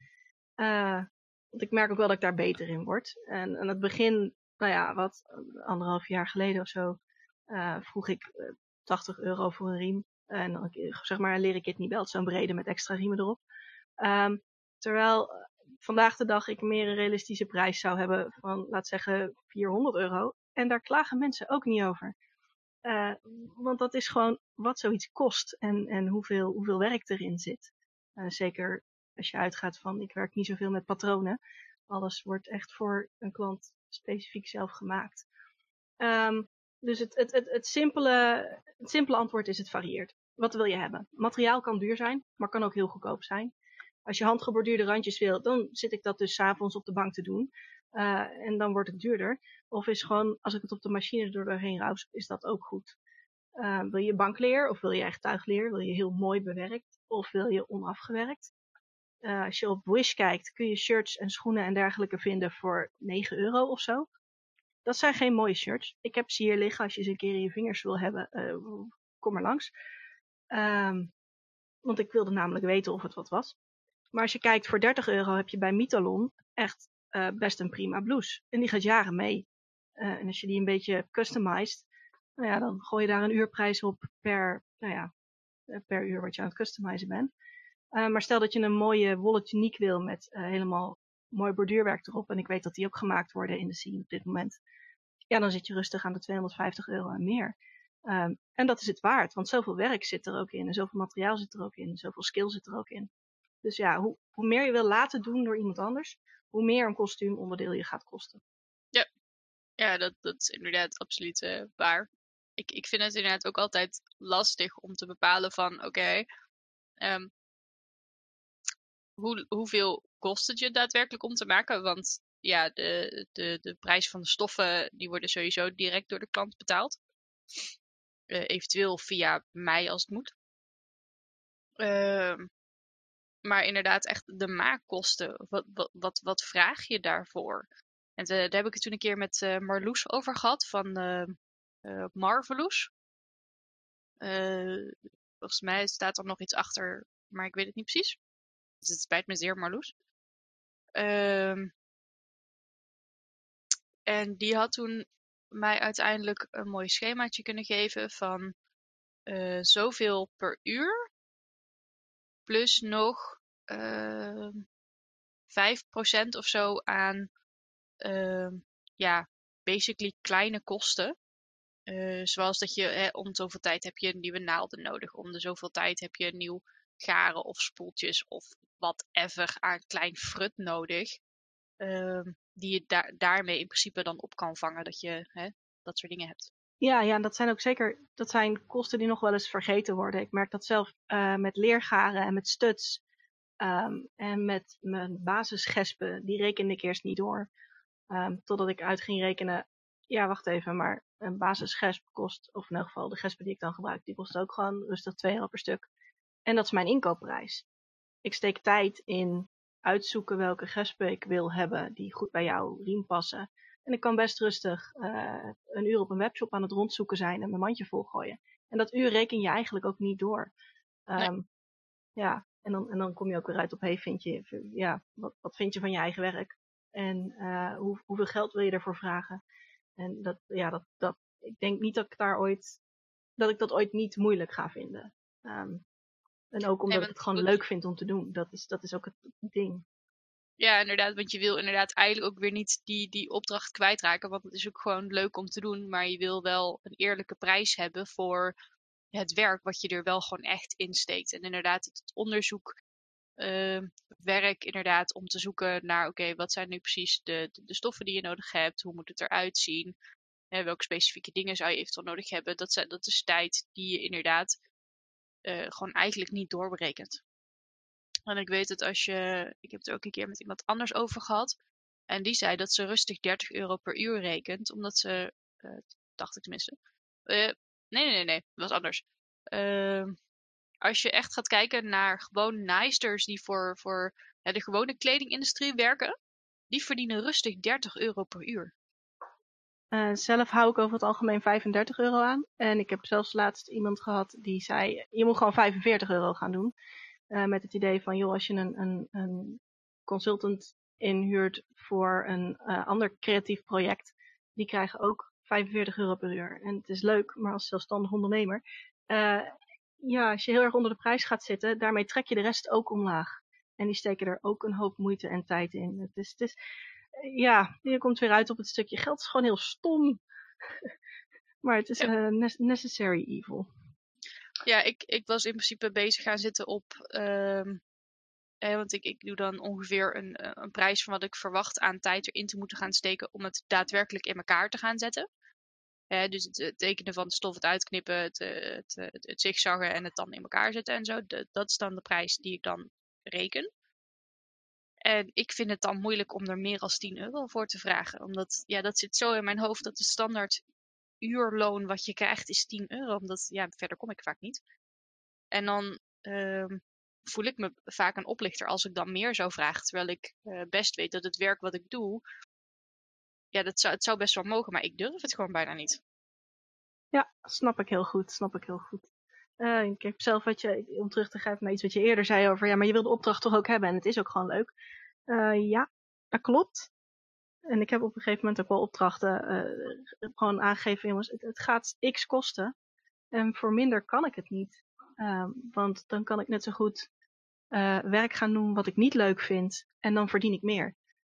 Want ik merk ook wel dat ik daar beter in word. En aan het begin, 1,5 jaar geleden of zo, vroeg ik €80 voor een riem. En dan zeg maar een leren kidney belt, zo'n brede met extra riemen erop. Terwijl vandaag de dag ik meer een realistische prijs zou hebben van, laat zeggen, €400. En daar klagen mensen ook niet over. Want dat is gewoon wat zoiets kost en hoeveel werk erin zit. Zeker als je uitgaat van, ik werk niet zoveel met patronen. Alles wordt echt voor een klant specifiek zelf gemaakt. Dus het simpele antwoord is: het varieert. Wat wil je hebben? Materiaal kan duur zijn, maar kan ook heel goedkoop zijn. Als je handgeborduurde randjes wil, dan zit ik dat dus 's avonds op de bank te doen. En dan wordt het duurder. Of is gewoon, als ik het op de machine doorheen roust, is dat ook goed. Wil je bankleer of wil je echt tuigleer? Wil je heel mooi bewerkt of wil je onafgewerkt? Als je op Wish kijkt, kun je shirts en schoenen en dergelijke vinden voor €9 of zo. Dat zijn geen mooie shirts. Ik heb ze hier liggen. Als je ze een keer in je vingers wil hebben, kom maar langs. Want ik wilde namelijk weten of het wat was. Maar als je kijkt, voor €30 heb je bij Mitalon echt best een prima blouse. En die gaat jaren mee. En als je die een beetje customized, dan gooi je daar een uurprijs op per uur wat je aan het customizen bent. Maar stel dat je een mooie wollen tuniek wil met helemaal mooi borduurwerk erop. En ik weet dat die ook gemaakt worden in de scene op dit moment. Ja, dan zit je rustig aan de €250 en meer. En dat is het waard, want zoveel werk zit er ook in. En zoveel materiaal zit er ook in. Zoveel skill zit er ook in. Dus ja, hoe meer je wil laten doen door iemand anders, hoe meer een kostuumonderdeel je gaat kosten. Ja, dat is inderdaad absoluut waar. Ik vind het inderdaad ook altijd lastig om te bepalen van, oké, hoeveel kost het je daadwerkelijk om te maken? Want ja, de prijs van de stoffen, die worden sowieso direct door de klant betaald. Eventueel via mij als het moet. Maar inderdaad echt de maakkosten. Wat vraag je daarvoor? En daar heb ik het toen een keer met Marloes over gehad van Marvelous. Volgens mij staat er nog iets achter, maar ik weet het niet precies. Dus het spijt me zeer, Marloes. En die had toen mij uiteindelijk een mooi schemaatje kunnen geven van zoveel per uur. Plus nog 5% of zo aan basically kleine kosten. Zoals dat je om zoveel tijd heb je nieuwe naalden nodig. Om de zoveel tijd heb je een nieuw garen of spoeltjes of whatever aan klein frut nodig. Die je daarmee in principe dan op kan vangen dat je dat soort dingen hebt. Ja, dat zijn ook zeker kosten die nog wel eens vergeten worden. Ik merk dat zelf met leergaren en met studs en met mijn basisgespen, die rekende ik eerst niet door. Totdat ik uit ging rekenen, ja wacht even, maar een basisgesp kost, of in elk geval de gespen die ik dan gebruik, die kost ook gewoon rustig €2 per stuk. En dat is mijn inkoopprijs. Ik steek tijd in uitzoeken welke gespen ik wil hebben die goed bij jouw riem passen. En ik kan best rustig een uur op een webshop aan het rondzoeken zijn en mijn mandje volgooien. En dat uur reken je eigenlijk ook niet door. Nee. Ja, En dan kom je ook weer uit op, wat vind je van je eigen werk? En hoeveel geld wil je ervoor vragen? En ik denk niet dat ik dat ooit niet moeilijk ga vinden. En ook omdat ik het gewoon leuk vind om te doen. Dat is ook het ding. Ja, inderdaad, want je wil inderdaad eigenlijk ook weer niet die opdracht kwijtraken, want het is ook gewoon leuk om te doen, maar je wil wel een eerlijke prijs hebben voor het werk wat je er wel gewoon echt insteekt. En inderdaad het onderzoek, werk inderdaad om te zoeken naar, oké, wat zijn nu precies de stoffen die je nodig hebt, hoe moet het eruit zien, welke specifieke dingen zou je eventueel nodig hebben. Dat is tijd die je inderdaad gewoon eigenlijk niet doorberekent. En ik weet het ik heb het er ook een keer met iemand anders over gehad. En die zei dat ze rustig €30 per uur rekent. Omdat ze, dacht ik tenminste. Nee, dat was anders. Als je echt gaat kijken naar gewoon naaisters die voor de gewone kledingindustrie werken. Die verdienen rustig €30 per uur. Zelf hou ik over het algemeen €35 aan. En ik heb zelfs laatst iemand gehad die zei, je moet gewoon €45 gaan doen. Met het idee van, joh, als je een consultant inhuurt voor een ander creatief project, die krijgen ook €45 per uur. En het is leuk, maar als zelfstandig ondernemer, als je heel erg onder de prijs gaat zitten, daarmee trek je de rest ook omlaag. En die steken er ook een hoop moeite en tijd in. Je komt weer uit op het stukje geld. Het is gewoon heel stom. Maar het is necessary evil. Ja, ik was in principe bezig gaan zitten op... want ik doe dan ongeveer een prijs van wat ik verwacht aan tijd erin te moeten gaan steken om het daadwerkelijk in elkaar te gaan zetten. Dus het tekenen van de stof, het uitknippen, het zigzaggen en het dan in elkaar zetten en zo. Dat is dan de prijs die ik dan reken. En ik vind het dan moeilijk om er meer dan €10 voor te vragen. Omdat, dat zit zo in mijn hoofd dat de standaard uurloon wat je krijgt is €10. Omdat, verder kom ik vaak niet. En dan voel ik me vaak een oplichter als ik dan meer zou vragen. Terwijl ik best weet dat het werk wat ik doe, het zou best wel mogen, maar ik durf het gewoon bijna niet. Ja, snap ik heel goed. Ik heb zelf om terug te grijpen naar iets wat je eerder zei over, maar je wil de opdracht toch ook hebben en het is ook gewoon leuk. Ja, dat klopt. En ik heb op een gegeven moment ook wel opdrachten gewoon aangegeven, jongens, het gaat x kosten. En voor minder kan ik het niet. Want dan kan ik net zo goed werk gaan doen wat ik niet leuk vind. En dan verdien ik meer.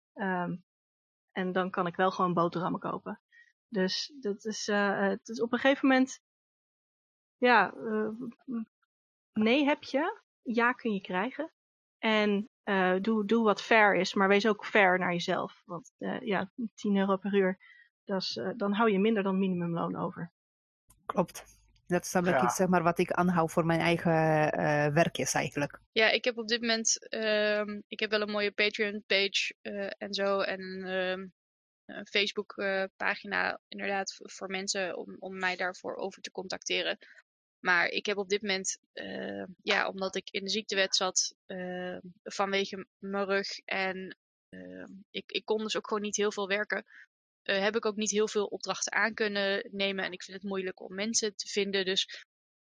En dan kan ik wel gewoon boterhammen kopen. Dus dat is, het is op een gegeven moment... nee heb je. Ja kun je krijgen. En doe wat fair is. Maar wees ook fair naar jezelf. Want €10 per uur. Dan hou je minder dan minimumloon over. Klopt. Dat is dan iets, zeg maar, wat ik aanhoud voor mijn eigen werkjes eigenlijk. Ja, ik heb op dit moment... ik heb wel een mooie Patreon-page en zo. En een Facebook-pagina inderdaad voor mensen om mij daarvoor over te contacteren. Maar ik heb op dit moment, omdat ik in de ziektewet zat vanwege mijn rug en ik kon dus ook gewoon niet heel veel werken, heb ik ook niet heel veel opdrachten aan kunnen nemen. En ik vind het moeilijk om mensen te vinden. Dus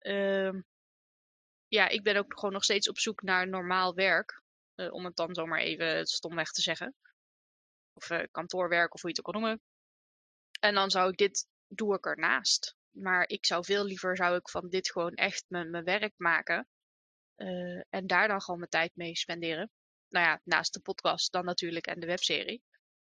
ik ben ook gewoon nog steeds op zoek naar normaal werk. Om het dan zomaar even stomweg te zeggen. Of kantoorwerk of hoe je het ook kan noemen. En dan doe ik ernaast. Maar ik zou veel liever van dit gewoon echt mijn werk maken. En daar dan gewoon mijn tijd mee spenderen. Nou ja, naast de podcast dan natuurlijk en de webserie.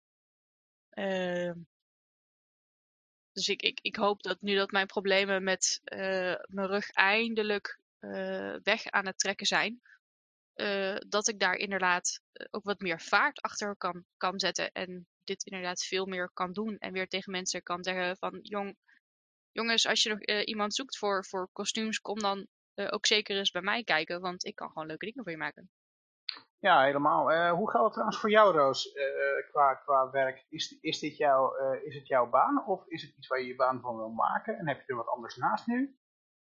Dus ik hoop dat nu dat mijn problemen met mijn rug eindelijk weg aan het trekken zijn. Dat ik daar inderdaad ook wat meer vaart achter kan zetten. En dit inderdaad veel meer kan doen. En weer tegen mensen kan zeggen van... Jongens, als je nog iemand zoekt voor kostuums, kom dan ook zeker eens bij mij kijken. Want ik kan gewoon leuke dingen voor je maken. Ja, helemaal. Hoe gaat het trouwens voor jou, Roos, qua werk? Is het jouw baan of is het iets waar je je baan van wil maken? En heb je er wat anders naast nu?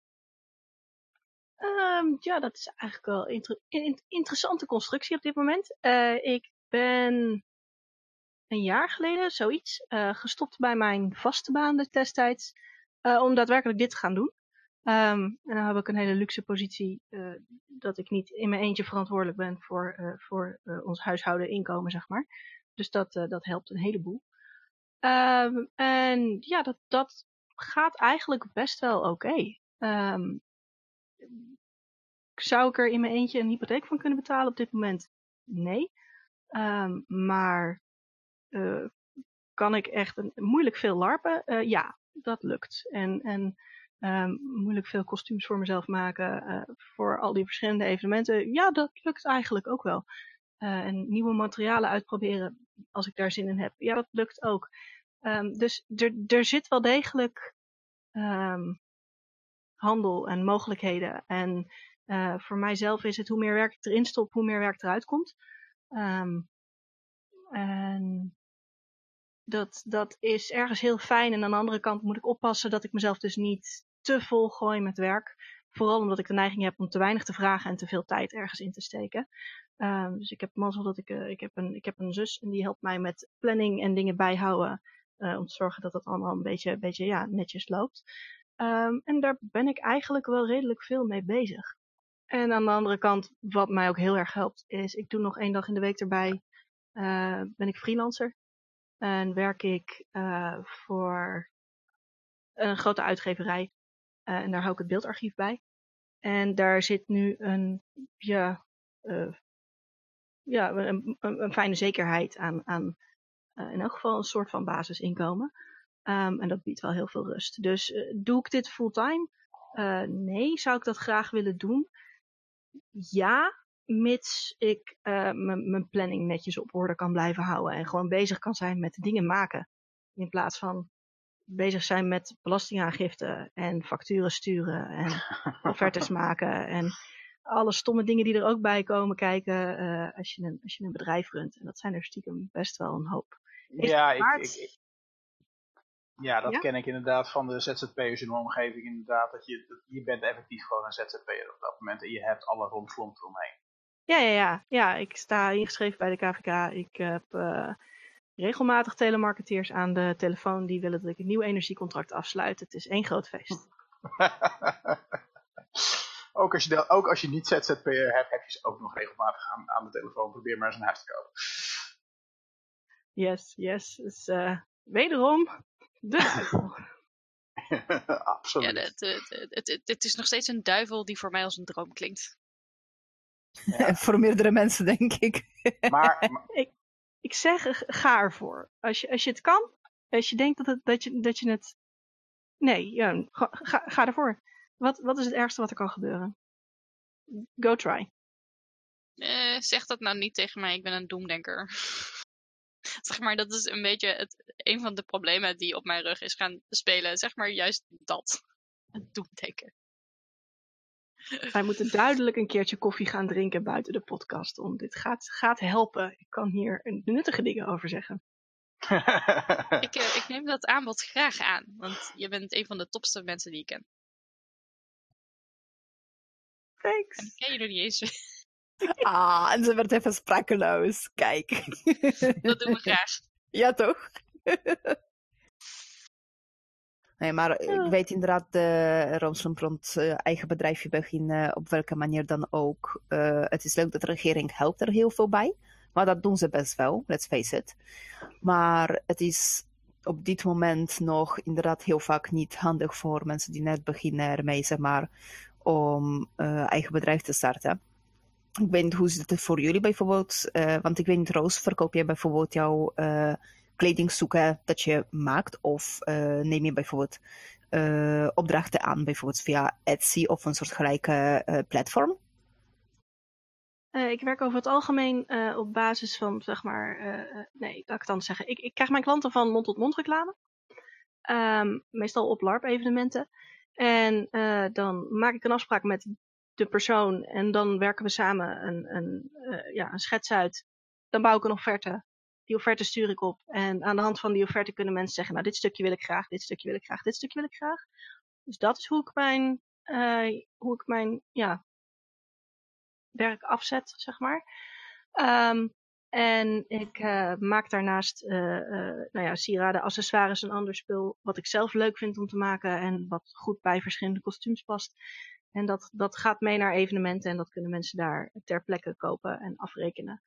Dat is eigenlijk wel een interessante constructie op dit moment. Ik ben een jaar geleden, zoiets, gestopt bij mijn vaste baan destijds, om daadwerkelijk dit te gaan doen. En dan heb ik een hele luxe positie dat ik niet in mijn eentje verantwoordelijk ben voor ons huishouden inkomen, zeg maar. Dus dat helpt een heleboel. En ja, dat gaat eigenlijk best wel oké. Zou ik er in mijn eentje een hypotheek van kunnen betalen op dit moment? Nee. Maar kan ik echt moeilijk veel larpen? Ja, dat lukt. En moeilijk veel kostuums voor mezelf maken voor al die verschillende evenementen. Ja, dat lukt eigenlijk ook wel. En nieuwe materialen uitproberen als ik daar zin in heb. Ja, dat lukt ook. Dus er zit wel degelijk handel en mogelijkheden. En voor mijzelf is het hoe meer werk ik erin stop, hoe meer werk eruit komt. En dat is ergens heel fijn. En aan de andere kant moet ik oppassen dat ik mezelf dus niet te vol gooi met werk. Vooral omdat ik de neiging heb om te weinig te vragen en te veel tijd ergens in te steken. Dus ik heb mazzel dat ik heb een zus en die helpt mij met planning en dingen bijhouden. Om te zorgen dat het allemaal een beetje ja, netjes loopt. En daar ben ik eigenlijk wel redelijk veel mee bezig. En aan de andere kant, wat mij ook heel erg helpt, is ik doe nog 1 dag in de week erbij. Ben ik freelancer. En werk ik voor een grote uitgeverij. En daar hou ik het beeldarchief bij. En daar zit nu een fijne zekerheid aan in elk geval een soort van basisinkomen. En dat biedt wel heel veel rust. Dus doe ik dit fulltime? Nee. Zou ik dat graag willen doen? Ja, mits ik mijn planning netjes op orde kan blijven houden. En gewoon bezig kan zijn met dingen maken. In plaats van bezig zijn met belastingaangifte en facturen sturen en offertes maken. En alle stomme dingen die er ook bij komen kijken als je een bedrijf runt. En dat zijn er stiekem best wel een hoop. Dat ken ik inderdaad van de ZZP'ers in de omgeving. Inderdaad, dat je bent effectief gewoon een ZZP'er op dat moment. En je hebt alle rompslomp eromheen. Ja, ik sta ingeschreven bij de KVK. Ik heb regelmatig telemarketeers aan de telefoon die willen dat ik een nieuw energiecontract afsluit. Het is 1 groot feest. Ook als je niet ZZP'er hebt, heb je ze ook nog regelmatig aan de telefoon. Probeer maar eens een huis te kopen. Yes. Dus wederom Absoluut. Ja, het is nog steeds een duivel die voor mij als een droom klinkt. Ja. Voor meerdere mensen, denk ik. Maar ik zeg, ga ervoor. Als je het kan, als je denkt dat je het... Nee, ja, ga ervoor. Wat is het ergste wat er kan gebeuren? Go try. Zeg dat nou niet tegen mij, ik ben een doemdenker. Zeg maar, dat is een beetje een van de problemen die op mijn rug is gaan spelen. Zeg maar juist dat. Het doemdenken. Wij moeten duidelijk een keertje koffie gaan drinken buiten de podcast. Dit gaat helpen. Ik kan hier nuttige dingen over zeggen. Ik neem dat aanbod graag aan. Want je bent een van de topste mensen die ik ken. Thanks. En ik ken je nog niet eens. En ze werd even sprakeloos. Kijk. Dat doen we graag. Ja, toch? Nee, maar ik weet inderdaad rond eigen bedrijfje beginnen, op welke manier dan ook. Het is leuk dat de regering helpt er heel veel bij. Maar dat doen ze best wel, let's face it. Maar het is op dit moment nog inderdaad heel vaak niet handig voor mensen die net beginnen ermee, zeg maar, om eigen bedrijf te starten. Ik weet niet hoe zit het voor jullie bijvoorbeeld. Want ik weet niet, Roos, verkoop jij bijvoorbeeld jouw kledingstukken dat je maakt? Of neem je bijvoorbeeld opdrachten aan, bijvoorbeeld via Etsy of een soort gelijke platform? Ik werk over het algemeen op basis van, zeg maar... nee, laat ik het anders zeggen. Ik krijg mijn klanten van mond-tot-mond reclame. Meestal op LARP-evenementen. En dan maak ik een afspraak met de persoon. En dan werken we samen een schets uit. Dan bouw ik een offerte. Die offerte stuur ik op. En aan de hand van die offerte kunnen mensen zeggen... Nou, dit stukje wil ik graag, dit stukje wil ik graag, dit stukje wil ik graag. Dus dat is hoe ik mijn werk afzet, zeg maar. En ik maak daarnaast sieraden, accessoires en ander spul wat ik zelf leuk vind om te maken en wat goed bij verschillende kostuums past. En dat gaat mee naar evenementen en dat kunnen mensen daar ter plekke kopen en afrekenen.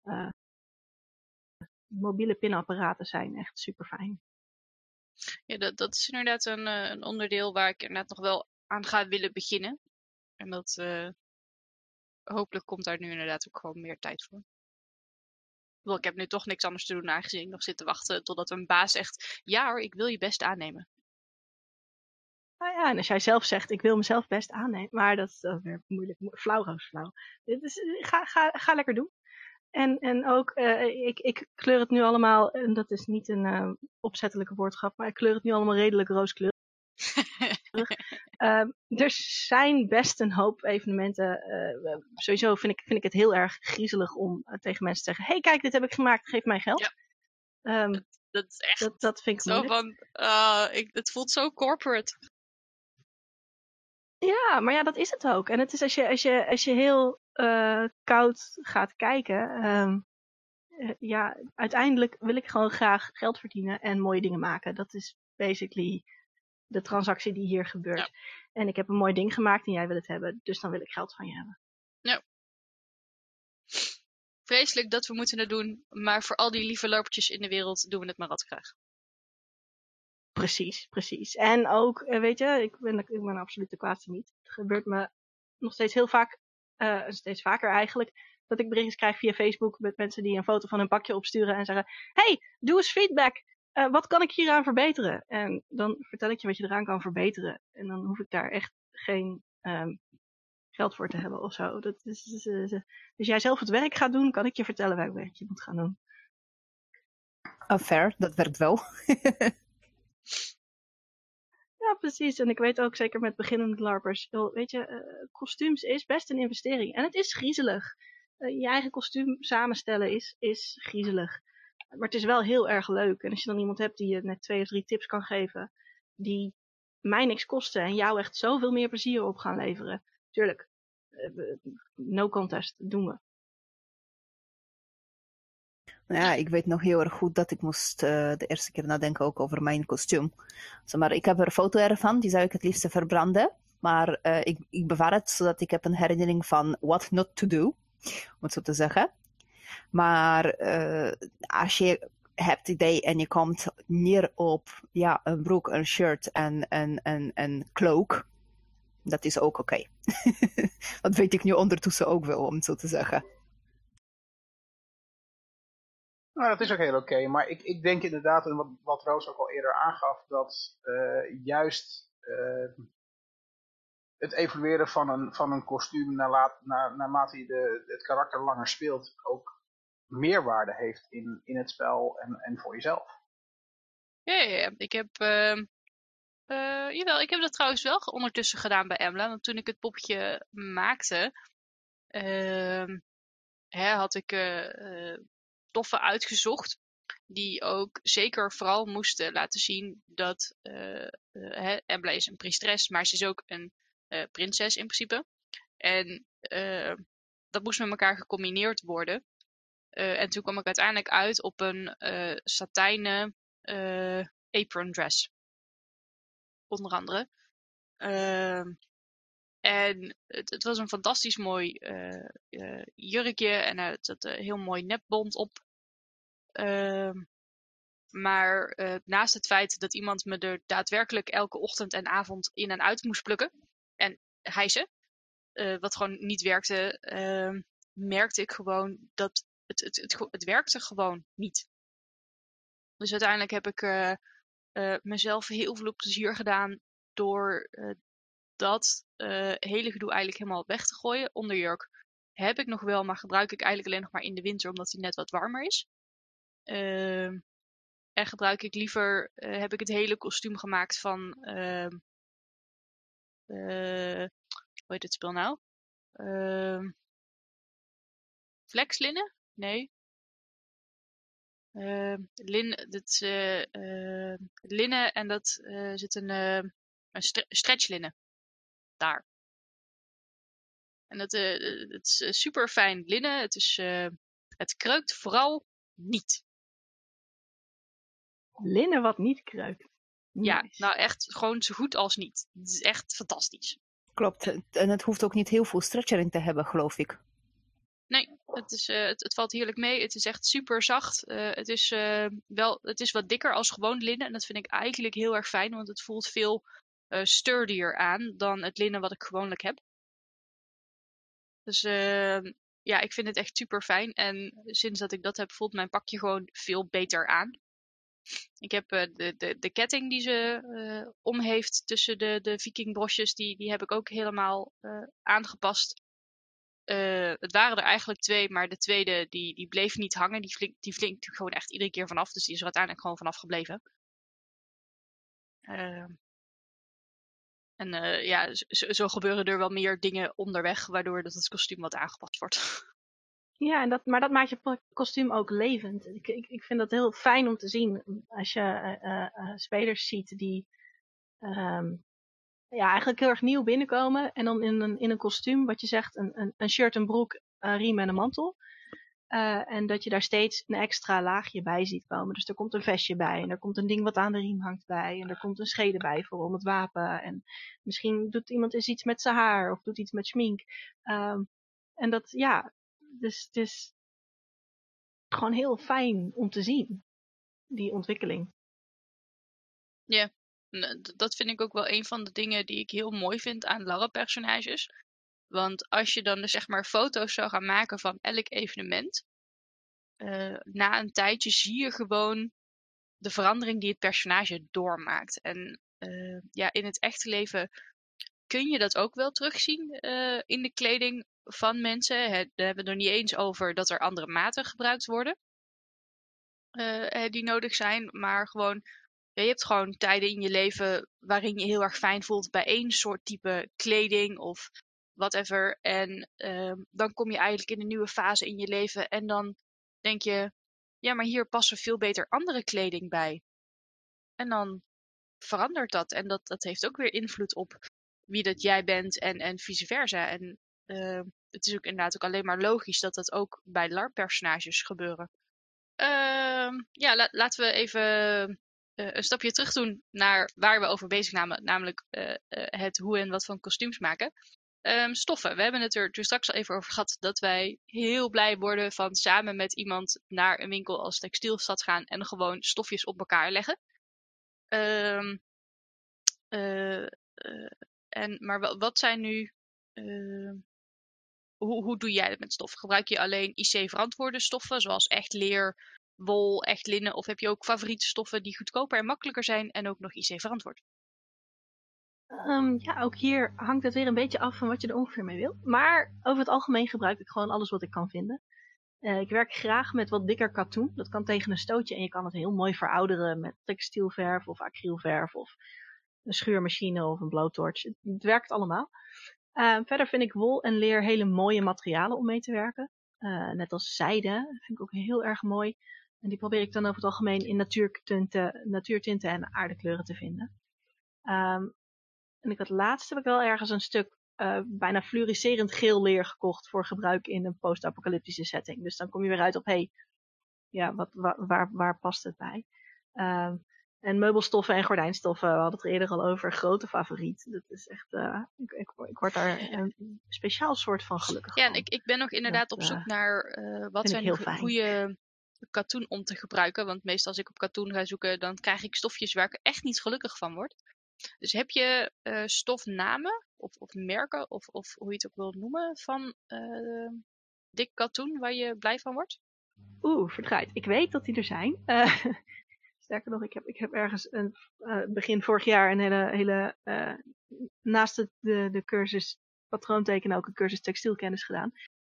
Mobiele pinapparaten zijn echt super fijn. Ja, dat is inderdaad een onderdeel waar ik inderdaad nog wel aan ga willen beginnen. En dat hopelijk komt daar nu inderdaad ook gewoon meer tijd voor. Wel, ik heb nu toch niks anders te doen aangezien ik nog zit te wachten totdat een baas zegt, ja hoor, ik wil je best aannemen. Nou ja, en als jij zelf zegt, ik wil mezelf best aannemen, maar dat is weer moeilijk. Flauw, Roos, flauw. Dus, ga lekker doen. En ook, ik kleur het nu allemaal, en dat is niet een opzettelijke woordgrap, maar ik kleur het nu allemaal redelijk rooskleurig. Er zijn best een hoop evenementen. Sowieso vind ik het heel erg griezelig om tegen mensen te zeggen, hey kijk, dit heb ik gemaakt, geef mij geld. Ja. Dat is echt dat vind ik zo moeilijk. het voelt zo corporate. Ja, maar ja, dat is het ook. En het is als je heel koud gaat kijken, ja, uiteindelijk wil ik gewoon graag geld verdienen en mooie dingen maken. Dat is basically de transactie die hier gebeurt. Ja. En ik heb een mooi ding gemaakt en jij wil het hebben, dus dan wil ik geld van je hebben. Ja. Vreselijk dat we moeten het doen, maar voor al die lieve lopertjes in de wereld doen we het maar wat graag. Precies. En ook, weet je, ik ben absoluut de kwaadste niet. Het gebeurt me nog steeds heel vaak, steeds vaker eigenlijk, dat ik berichtjes krijg via Facebook met mensen die een foto van hun pakje opsturen en zeggen, hey, doe eens feedback. Wat kan ik hieraan verbeteren? En dan vertel ik je wat je eraan kan verbeteren. En dan hoef ik daar echt geen geld voor te hebben of zo. Dat is, dus jij zelf het werk gaat doen, kan ik je vertellen welk werk je moet gaan doen. Fair, dat werkt wel. Ja, precies. En ik weet ook zeker met beginnende larpers, weet je, kostuums is best een investering. En het is griezelig. Je eigen kostuum samenstellen is griezelig. Maar het is wel heel erg leuk. En als je dan iemand hebt die je net 2 of 3 tips kan geven, die mij niks kosten en jou echt zoveel meer plezier op gaan leveren. Tuurlijk, no contest, doen we. Ja, ik weet nog heel erg goed dat ik moest de eerste keer nadenken ook over mijn kostuum. Maar ik heb er een foto ervan, die zou ik het liefst verbranden. Maar ik bewaar het zodat ik heb een herinnering van what not to do, om het zo te zeggen. Maar als je hebt idee en je komt neer op een broek, een shirt en een cloak, dat is ook oké. Dat weet ik nu ondertussen ook wel, om het zo te zeggen. Nou, dat is ook heel oké. Maar ik denk inderdaad, en wat Roos ook al eerder aangaf, dat juist het evolueren van een kostuum naarmate je het karakter langer speelt, ook meerwaarde heeft in het spel en voor jezelf. Ja. Ik heb, ik heb dat trouwens wel ondertussen gedaan bij Emla. Want toen ik het poppetje maakte, had ik stoffen uitgezocht die ook zeker vooral moesten laten zien dat Embla is een priesteres, maar ze is ook een prinses in principe. En dat moest met elkaar gecombineerd worden. En toen kwam ik uiteindelijk uit op een satijnen apron dress. Onder andere. En het was een fantastisch mooi jurkje en het had een heel mooi nepbond op. Maar naast het feit dat iemand me er daadwerkelijk elke ochtend en avond in en uit moest plukken en hijsen, wat gewoon niet werkte, merkte ik gewoon dat het werkte gewoon niet. Dus uiteindelijk heb ik mezelf heel veel plezier gedaan door dat hele gedoe eigenlijk helemaal weg te gooien. Onderjurk heb ik nog wel, maar gebruik ik eigenlijk alleen nog maar in de winter, omdat die net wat warmer is. En gebruik ik liever, heb ik het hele kostuum gemaakt van, hoe heet het spel nou? Flexlinnen? Nee. Linnen en dat zit een stretchlinnen. Daar. En het is super fijn linnen. Het kreukt vooral niet. Linnen wat niet kreukt. Ja, Nice. nou echt gewoon zo goed als niet. Het is echt fantastisch. Klopt. En het hoeft ook niet heel veel stretch erin te hebben, geloof ik. Nee, het valt heerlijk mee. Het is echt super zacht. Het is wat dikker als gewoon linnen. En dat vind ik eigenlijk heel erg fijn, want het voelt veel sturdier aan dan het linnen wat ik gewoonlijk heb. Dus ja, ik vind het echt super fijn. En sinds dat ik dat heb, voelt mijn pakje gewoon veel beter aan. Ik heb de ketting die ze om heeft tussen de vikingbrosjes, die heb ik ook helemaal aangepast. Het waren er eigenlijk 2, maar de tweede die bleef niet hangen. Die flinkt gewoon echt iedere keer vanaf. Dus die is er uiteindelijk gewoon vanaf gebleven. Ja, zo gebeuren er wel meer dingen onderweg, waardoor dat het kostuum wat aangepast wordt. Ja, maar dat maakt je kostuum ook levend. Ik vind dat heel fijn om te zien als je spelers ziet die eigenlijk heel erg nieuw binnenkomen. En dan in een kostuum, wat je zegt, een shirt, een broek, een riem en een mantel. En dat je daar steeds een extra laagje bij ziet komen. Dus er komt een vestje bij en er komt een ding wat aan de riem hangt bij. En er komt een schede bij voor om het wapen. En misschien doet iemand eens iets met zijn haar of doet iets met schmink. En dat, ja, dus het is gewoon heel fijn om te zien, die ontwikkeling. Ja, dat vind ik ook wel een van de dingen die ik heel mooi vind aan LARP-personages. Want als je dan dus zeg maar foto's zou gaan maken van elk evenement, na een tijdje zie je gewoon de verandering die het personage doormaakt. En ja, in het echte leven kun je dat ook wel terugzien in de kleding van mensen. Daar hebben we het nog niet eens over dat er andere maten gebruikt worden die nodig zijn. Maar gewoon, je hebt gewoon tijden in je leven waarin je heel erg fijn voelt bij één soort type kleding of whatever. En dan kom je eigenlijk in een nieuwe fase in je leven en dan denk je, ja, maar hier passen veel beter andere kleding bij. En dan verandert dat. En dat heeft ook weer invloed op wie dat jij bent en vice versa. En het is ook inderdaad ook alleen maar logisch dat dat ook bij LARP-personages gebeuren. Ja, laten we even een stapje terug doen naar waar we over bezig namen. Namelijk het hoe en wat van kostuums maken. Stoffen. We hebben het er toen straks al even over gehad dat wij heel blij worden van samen met iemand naar een winkel als Textielstad gaan en gewoon stofjes op elkaar leggen. Maar wat zijn nu... hoe doe jij dat met stof? Gebruik je alleen IC-verantwoorde stoffen, zoals echt leer, wol, echt linnen? Of heb je ook favoriete stoffen die goedkoper en makkelijker zijn en ook nog IC-verantwoord? Ja, ook hier hangt het weer een beetje af van wat je er ongeveer mee wil. Maar over het algemeen gebruik ik gewoon alles wat ik kan vinden. Ik werk graag met wat dikker katoen. Dat kan tegen een stootje en je kan het heel mooi verouderen met textielverf of acrylverf of een schuurmachine of een blowtorch. Het werkt allemaal. Verder vind ik wol en leer hele mooie materialen om mee te werken. Net als zijde, vind ik ook heel erg mooi. En die probeer ik dan over het algemeen in natuurtinten en aardekleuren te vinden. En ik had laatst heb ik wel ergens een stuk bijna fluoriserend geel leer gekocht voor gebruik in een post-apocalyptische setting. Dus dan kom je weer uit op, ja, waar past het bij? En meubelstoffen en gordijnstoffen, we hadden het er eerder al over, grote favoriet. Dat is echt, ik word daar een speciaal soort van gelukkig Ja, van. en ik ben nog inderdaad op zoek naar wat zijn goede katoen om te gebruiken. Want meestal als ik op katoen ga zoeken, dan krijg ik stofjes waar ik echt niet gelukkig van word. Dus heb je stofnamen of merken of hoe je het ook wil noemen van dik katoen waar je blij van wordt? Verdraaid. Ik weet dat die er zijn. Sterker nog, ik heb ergens begin vorig jaar een hele naast de cursus patroontekenen ook een cursus textielkennis gedaan.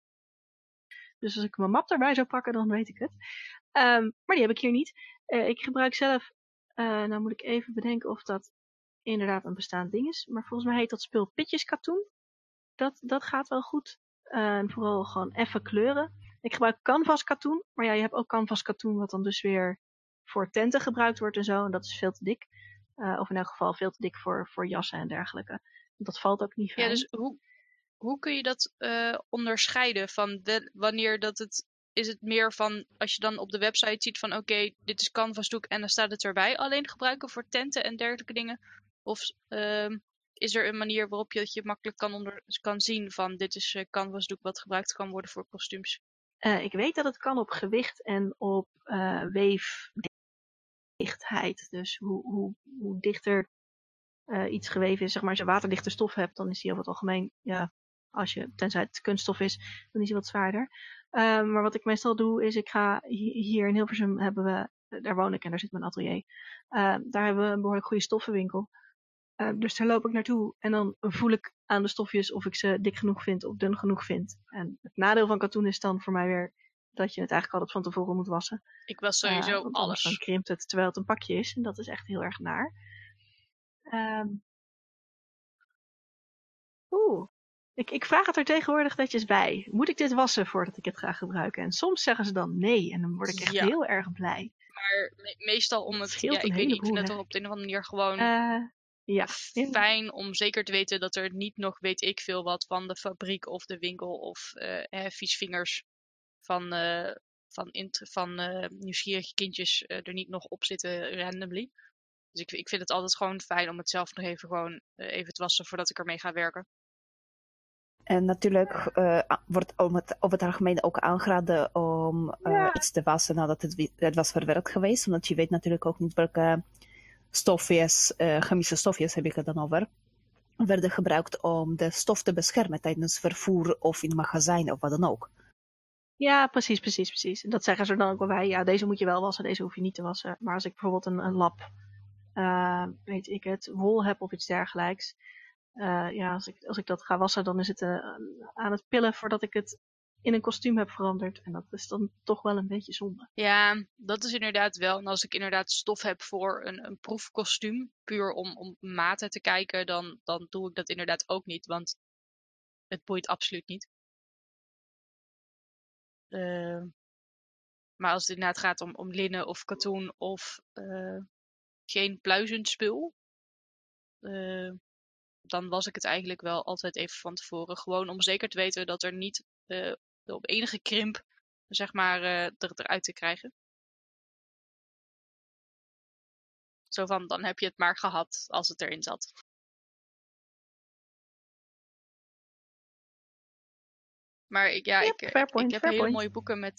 Dus als ik mijn map erbij zou pakken, dan weet ik het. Maar die heb ik hier niet. Ik gebruik zelf, nou moet ik even bedenken of dat inderdaad een bestaand ding is. Maar volgens mij heet dat spul pitjeskatoen. Dat gaat wel goed. En vooral gewoon effe kleuren. Ik gebruik canvas katoen. Maar ja, je hebt ook canvas katoen wat dan dus weer voor tenten gebruikt wordt en zo. En dat is veel te dik. Of in elk geval veel te dik voor jassen en dergelijke. Dat valt ook niet fijn. Ja, dus hoe kun je dat onderscheiden van wanneer dat het... Is het meer van, als je dan op de website ziet van oké, dit is canvasdoek en dan staat het erbij. Alleen gebruiken voor tenten en dergelijke dingen. Of is er een manier waarop je het je makkelijk kan zien van dit is canvasdoek wat gebruikt kan worden voor kostuums? Ik weet dat het kan op gewicht en op weefdichtheid. Dus hoe dichter iets geweven is, zeg maar, als je waterdichte stof hebt, dan is die over het algemeen, tenzij het kunststof is, dan is die wat zwaarder. Maar wat ik meestal doe, is ik ga hier in Hilversum daar woon ik en daar zit mijn atelier. Daar hebben we een behoorlijk goede stoffenwinkel. Dus daar loop ik naartoe en dan voel ik aan de stofjes of ik ze dik genoeg vind of dun genoeg vind. En het nadeel van katoen is dan voor mij weer dat je het eigenlijk altijd van tevoren moet wassen. Ik was sowieso Want alles. Dan krimpt het terwijl het een pakje is en dat is echt heel erg naar. Ik vraag het er tegenwoordig netjes bij. Moet ik dit wassen voordat ik het ga gebruiken? En soms zeggen ze dan nee en dan word ik echt heel erg blij. Maar meestal om het scheelt ik weet niet, ik vind het toch op de een of andere manier gewoon fijn om zeker te weten dat er niet nog weet ik veel wat van de fabriek of de winkel of viesvingers van nieuwsgierige kindjes er niet nog op zitten randomly. Dus ik vind het altijd gewoon fijn om het zelf nog even even te wassen voordat ik ermee ga werken. En natuurlijk wordt over het algemeen ook aangeraden om iets te wassen nadat het was verwerkt geweest. Omdat je weet natuurlijk ook niet welke stofjes, chemische stofjes heb ik het dan over, werden gebruikt om de stof te beschermen tijdens vervoer of in magazijn of wat dan ook. Ja, precies. Dat zeggen ze dan ook wel bij. Ja, deze moet je wel wassen, deze hoef je niet te wassen. Maar als ik bijvoorbeeld een lap, weet ik het, wol heb of iets dergelijks. Als ik dat ga wassen, dan is het aan het pillen voordat ik het in een kostuum heb veranderd. En dat is dan toch wel een beetje zonde. Ja, dat is inderdaad wel. En als ik inderdaad stof heb voor een proefkostuum, puur om maten te kijken, dan doe ik dat inderdaad ook niet. Want het boeit absoluut niet. Maar als het inderdaad gaat om linnen of katoen of geen pluizend spul, dan was ik het eigenlijk wel altijd even van tevoren. Gewoon om zeker te weten dat er niet op enige krimp, zeg maar, eruit te krijgen. Zo van, dan heb je het maar gehad als het erin zat. Maar ik heb hele mooie boeken met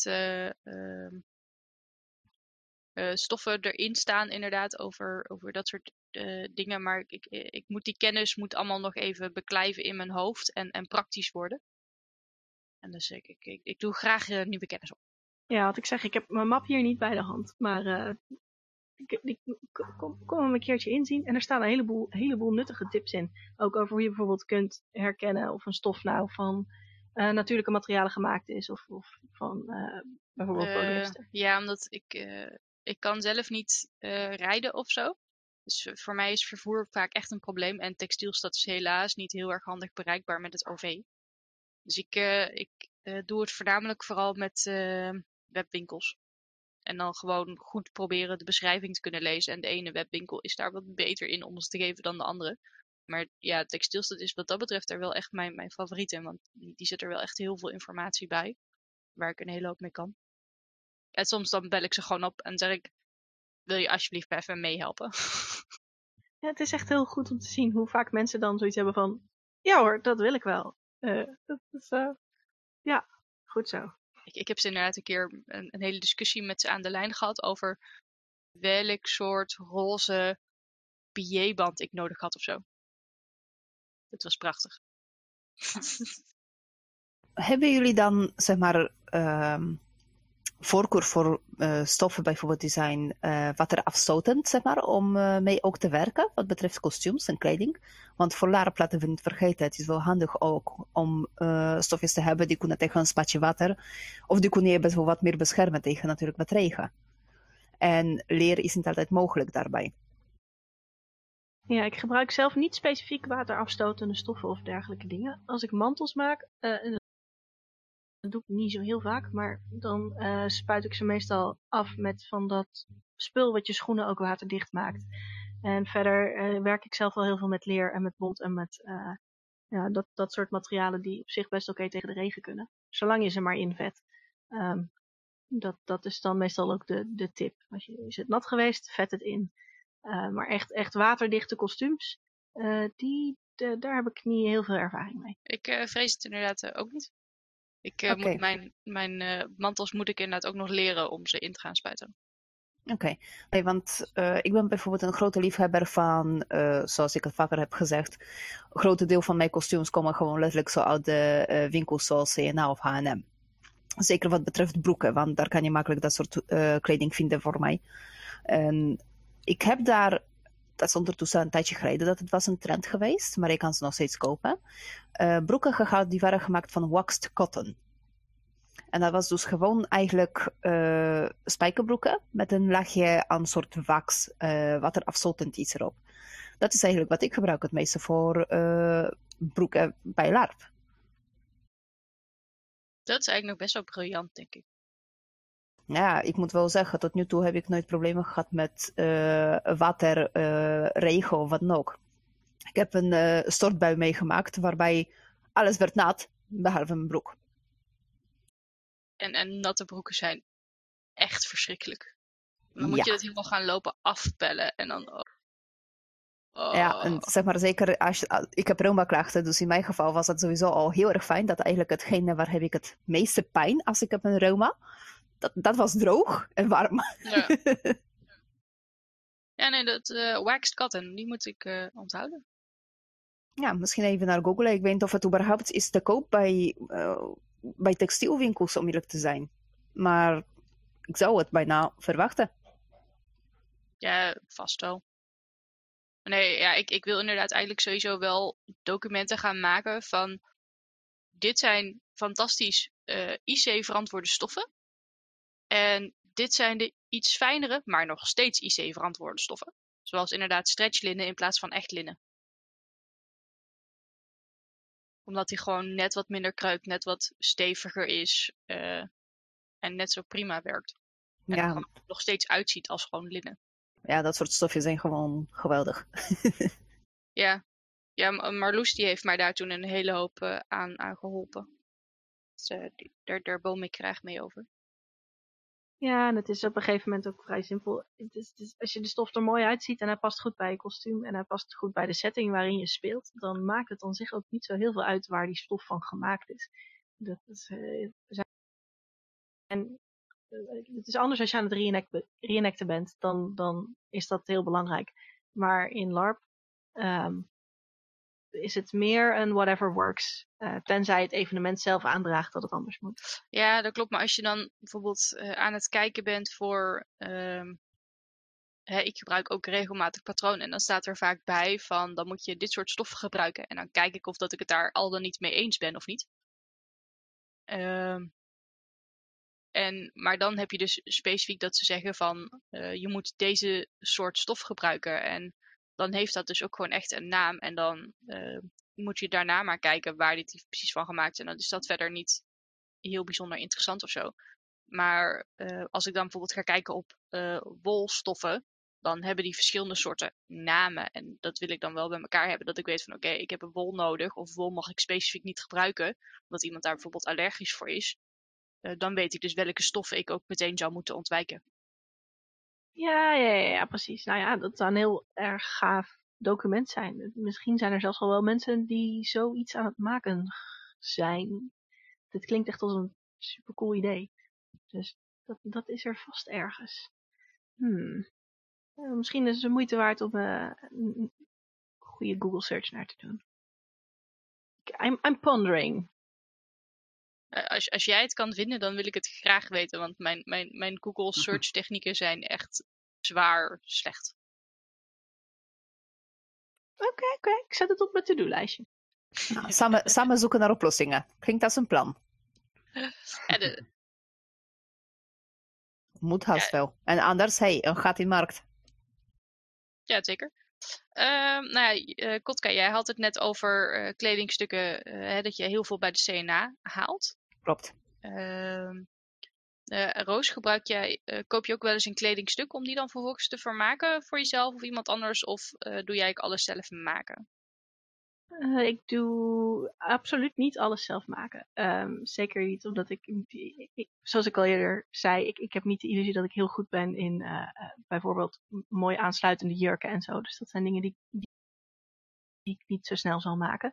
stoffen erin staan inderdaad over dat soort dingen. Maar ik moet die kennis allemaal nog even beklijven in mijn hoofd en praktisch worden. En dus ik doe graag nieuwe kennis op. Ja, wat ik zeg, ik heb mijn map hier niet bij de hand. Maar ik kom hem een keertje inzien. En er staan een heleboel nuttige tips in. Ook over hoe je bijvoorbeeld kunt herkennen of een stof nou van natuurlijke materialen gemaakt is. Of van bijvoorbeeld polyester. Ja, omdat ik kan zelf niet rijden of zo. Dus voor mij is vervoer vaak echt een probleem. En textielstad is helaas niet heel erg handig bereikbaar met het OV. Dus ik doe het vooral met webwinkels. En dan gewoon goed proberen de beschrijving te kunnen lezen. En de ene webwinkel is daar wat beter in om ons te geven dan de andere. Maar ja, textielstad is wat dat betreft er wel echt mijn favoriet in. Want die zet er wel echt heel veel informatie bij. Waar ik een hele hoop mee kan. En soms dan bel ik ze gewoon op en zeg ik, wil je alsjeblieft even meehelpen? Ja, het is echt heel goed om te zien hoe vaak mensen dan zoiets hebben van, ja hoor, dat wil ik wel. Ja, goed zo. Ik heb ze inderdaad een keer een hele discussie met ze aan de lijn gehad over welk soort roze PA-band ik nodig had of zo. Het was prachtig. Hebben jullie dan, zeg maar, voorkeur voor stoffen bijvoorbeeld die zijn waterafstotend, zeg maar, om mee ook te werken, wat betreft kostuums en kleding? Want voor Lara laten we niet vergeten, het is wel handig ook om stofjes te hebben die kunnen tegen een spatje water, of die kunnen je best wel wat meer beschermen tegen natuurlijk wat regen. En leer is niet altijd mogelijk daarbij. Ja, ik gebruik zelf niet specifiek waterafstotende stoffen of dergelijke dingen. Als ik mantels maak, dat doe ik niet zo heel vaak, maar dan spuit ik ze meestal af met van dat spul wat je schoenen ook waterdicht maakt. En verder werk ik zelf wel heel veel met leer en met bont en met dat soort materialen die op zich best oké tegen de regen kunnen. Zolang je ze maar invet. Dat is dan meestal ook de tip. Als je is het nat geweest, vet het in. Maar echt waterdichte kostuums, die daar heb ik niet heel veel ervaring mee. Ik vrees het inderdaad ook niet. Oké. Moet mijn mantels moet ik inderdaad ook nog leren om ze in te gaan spuiten. Oké. Nee, want ik ben bijvoorbeeld een grote liefhebber van, zoals ik het vaker heb gezegd, een groot deel van mijn kostuums komen gewoon letterlijk zo uit de winkels zoals C&A of H&M. Zeker wat betreft broeken, want daar kan je makkelijk dat soort kleding vinden voor mij. En ik heb daar, dat is ondertussen een tijdje geleden dat het was een trend geweest, maar ik kan ze nog steeds kopen. Broeken gehad die waren gemaakt van waxed cotton. En dat was dus gewoon eigenlijk spijkerbroeken met een laagje aan soort wax, waterafstotend iets erop. Dat is eigenlijk wat ik gebruik het meeste voor broeken bij LARP. Dat is eigenlijk nog best wel briljant, denk ik. Ja, ik moet wel zeggen, tot nu toe heb ik nooit problemen gehad met water, regen of wat dan ook. Ik heb een stortbui meegemaakt waarbij alles werd nat, behalve mijn broek. En natte broeken zijn echt verschrikkelijk. Dan moet Ja. je het helemaal gaan lopen afpellen en dan... Ja, en zeg maar zeker, ik heb reuma-klachten, dus in mijn geval was het sowieso al heel erg fijn. Dat eigenlijk hetgene waar heb ik het meeste pijn als ik heb een reuma. Dat was droog en warm. Ja. Ja, nee, dat waxed cotton, die moet ik onthouden. Ja, misschien even naar googlen. Ik weet niet of het überhaupt is te koop bij textielwinkels, om eerlijk te zijn. Maar ik zou het bijna verwachten. Ja, vast wel. Nee, ja, ik wil inderdaad eigenlijk sowieso wel documenten gaan maken van... Dit zijn fantastisch IC-verantwoorde stoffen. En dit zijn de iets fijnere, maar nog steeds IC-verantwoorde stoffen. Zoals inderdaad stretchlinnen in plaats van echt linnen. Omdat die gewoon net wat minder kreukt, net wat steviger is. En net zo prima werkt. En Ja. gewoon nog steeds uitziet als gewoon linnen. Ja, dat soort stoffen zijn gewoon geweldig. Ja, Marloes die heeft mij daar toen een hele hoop aan geholpen. Dus, daar boom ik graag mee over. Ja, en het is op een gegeven moment ook vrij simpel. Als je de stof er mooi uitziet en hij past goed bij je kostuum en hij past goed bij de setting waarin je speelt, dan maakt het aan zich ook niet zo heel veel uit waar die stof van gemaakt is. Het is anders als je aan het reenacten bent, dan is dat heel belangrijk. Maar in LARP is het meer een whatever works. Tenzij het evenement zelf aandraagt dat het anders moet. Ja, dat klopt. Maar als je dan bijvoorbeeld aan het kijken bent voor... ik gebruik ook regelmatig patroon. En dan staat er vaak bij van... Dan moet je dit soort stoffen gebruiken. En dan kijk ik of dat ik het daar al dan niet mee eens ben of niet. Maar dan heb je dus specifiek dat ze zeggen van... je moet deze soort stof gebruiken. En dan heeft dat dus ook gewoon echt een naam. En dan moet je daarna maar kijken waar dit precies van gemaakt is. En dan is dat verder niet heel bijzonder interessant of zo. Maar als ik dan bijvoorbeeld ga kijken op wolstoffen, dan hebben die verschillende soorten namen. En dat wil ik dan wel bij elkaar hebben. Dat ik weet van oké, ik heb een wol nodig. Of wol mag ik specifiek niet gebruiken. Omdat iemand daar bijvoorbeeld allergisch voor is. Dan weet ik dus welke stoffen ik ook meteen zou moeten ontwijken. Ja, precies. Nou ja, dat zou een heel erg gaaf document zijn. Misschien zijn er zelfs al wel mensen die zoiets aan het maken zijn. Dit klinkt echt als een supercool idee. Dus dat is er vast ergens. Misschien is het de moeite waard om een goede Google search naar te doen. I'm pondering. Als jij het kan vinden, dan wil ik het graag weten. Want mijn Google search technieken zijn echt zwaar slecht. Oké. Ik zet het op mijn to-do-lijstje. Nou, samen zoeken naar oplossingen. Klinkt als een plan. Ja, Moet haast wel. En anders, een gat in de markt. Ja, zeker. Kotka, jij had het net over kledingstukken, dat je heel veel bij de CNA haalt. Klopt. Roos, koop je ook wel eens een kledingstuk om die dan vervolgens te vermaken voor jezelf of iemand anders? Of doe jij alles zelf maken? Ik doe absoluut niet alles zelf maken. Zeker niet omdat ik zoals ik al eerder zei, ik heb niet de illusie dat ik heel goed ben in bijvoorbeeld mooi aansluitende jurken en zo. Dus dat zijn dingen die ik niet zo snel zal maken.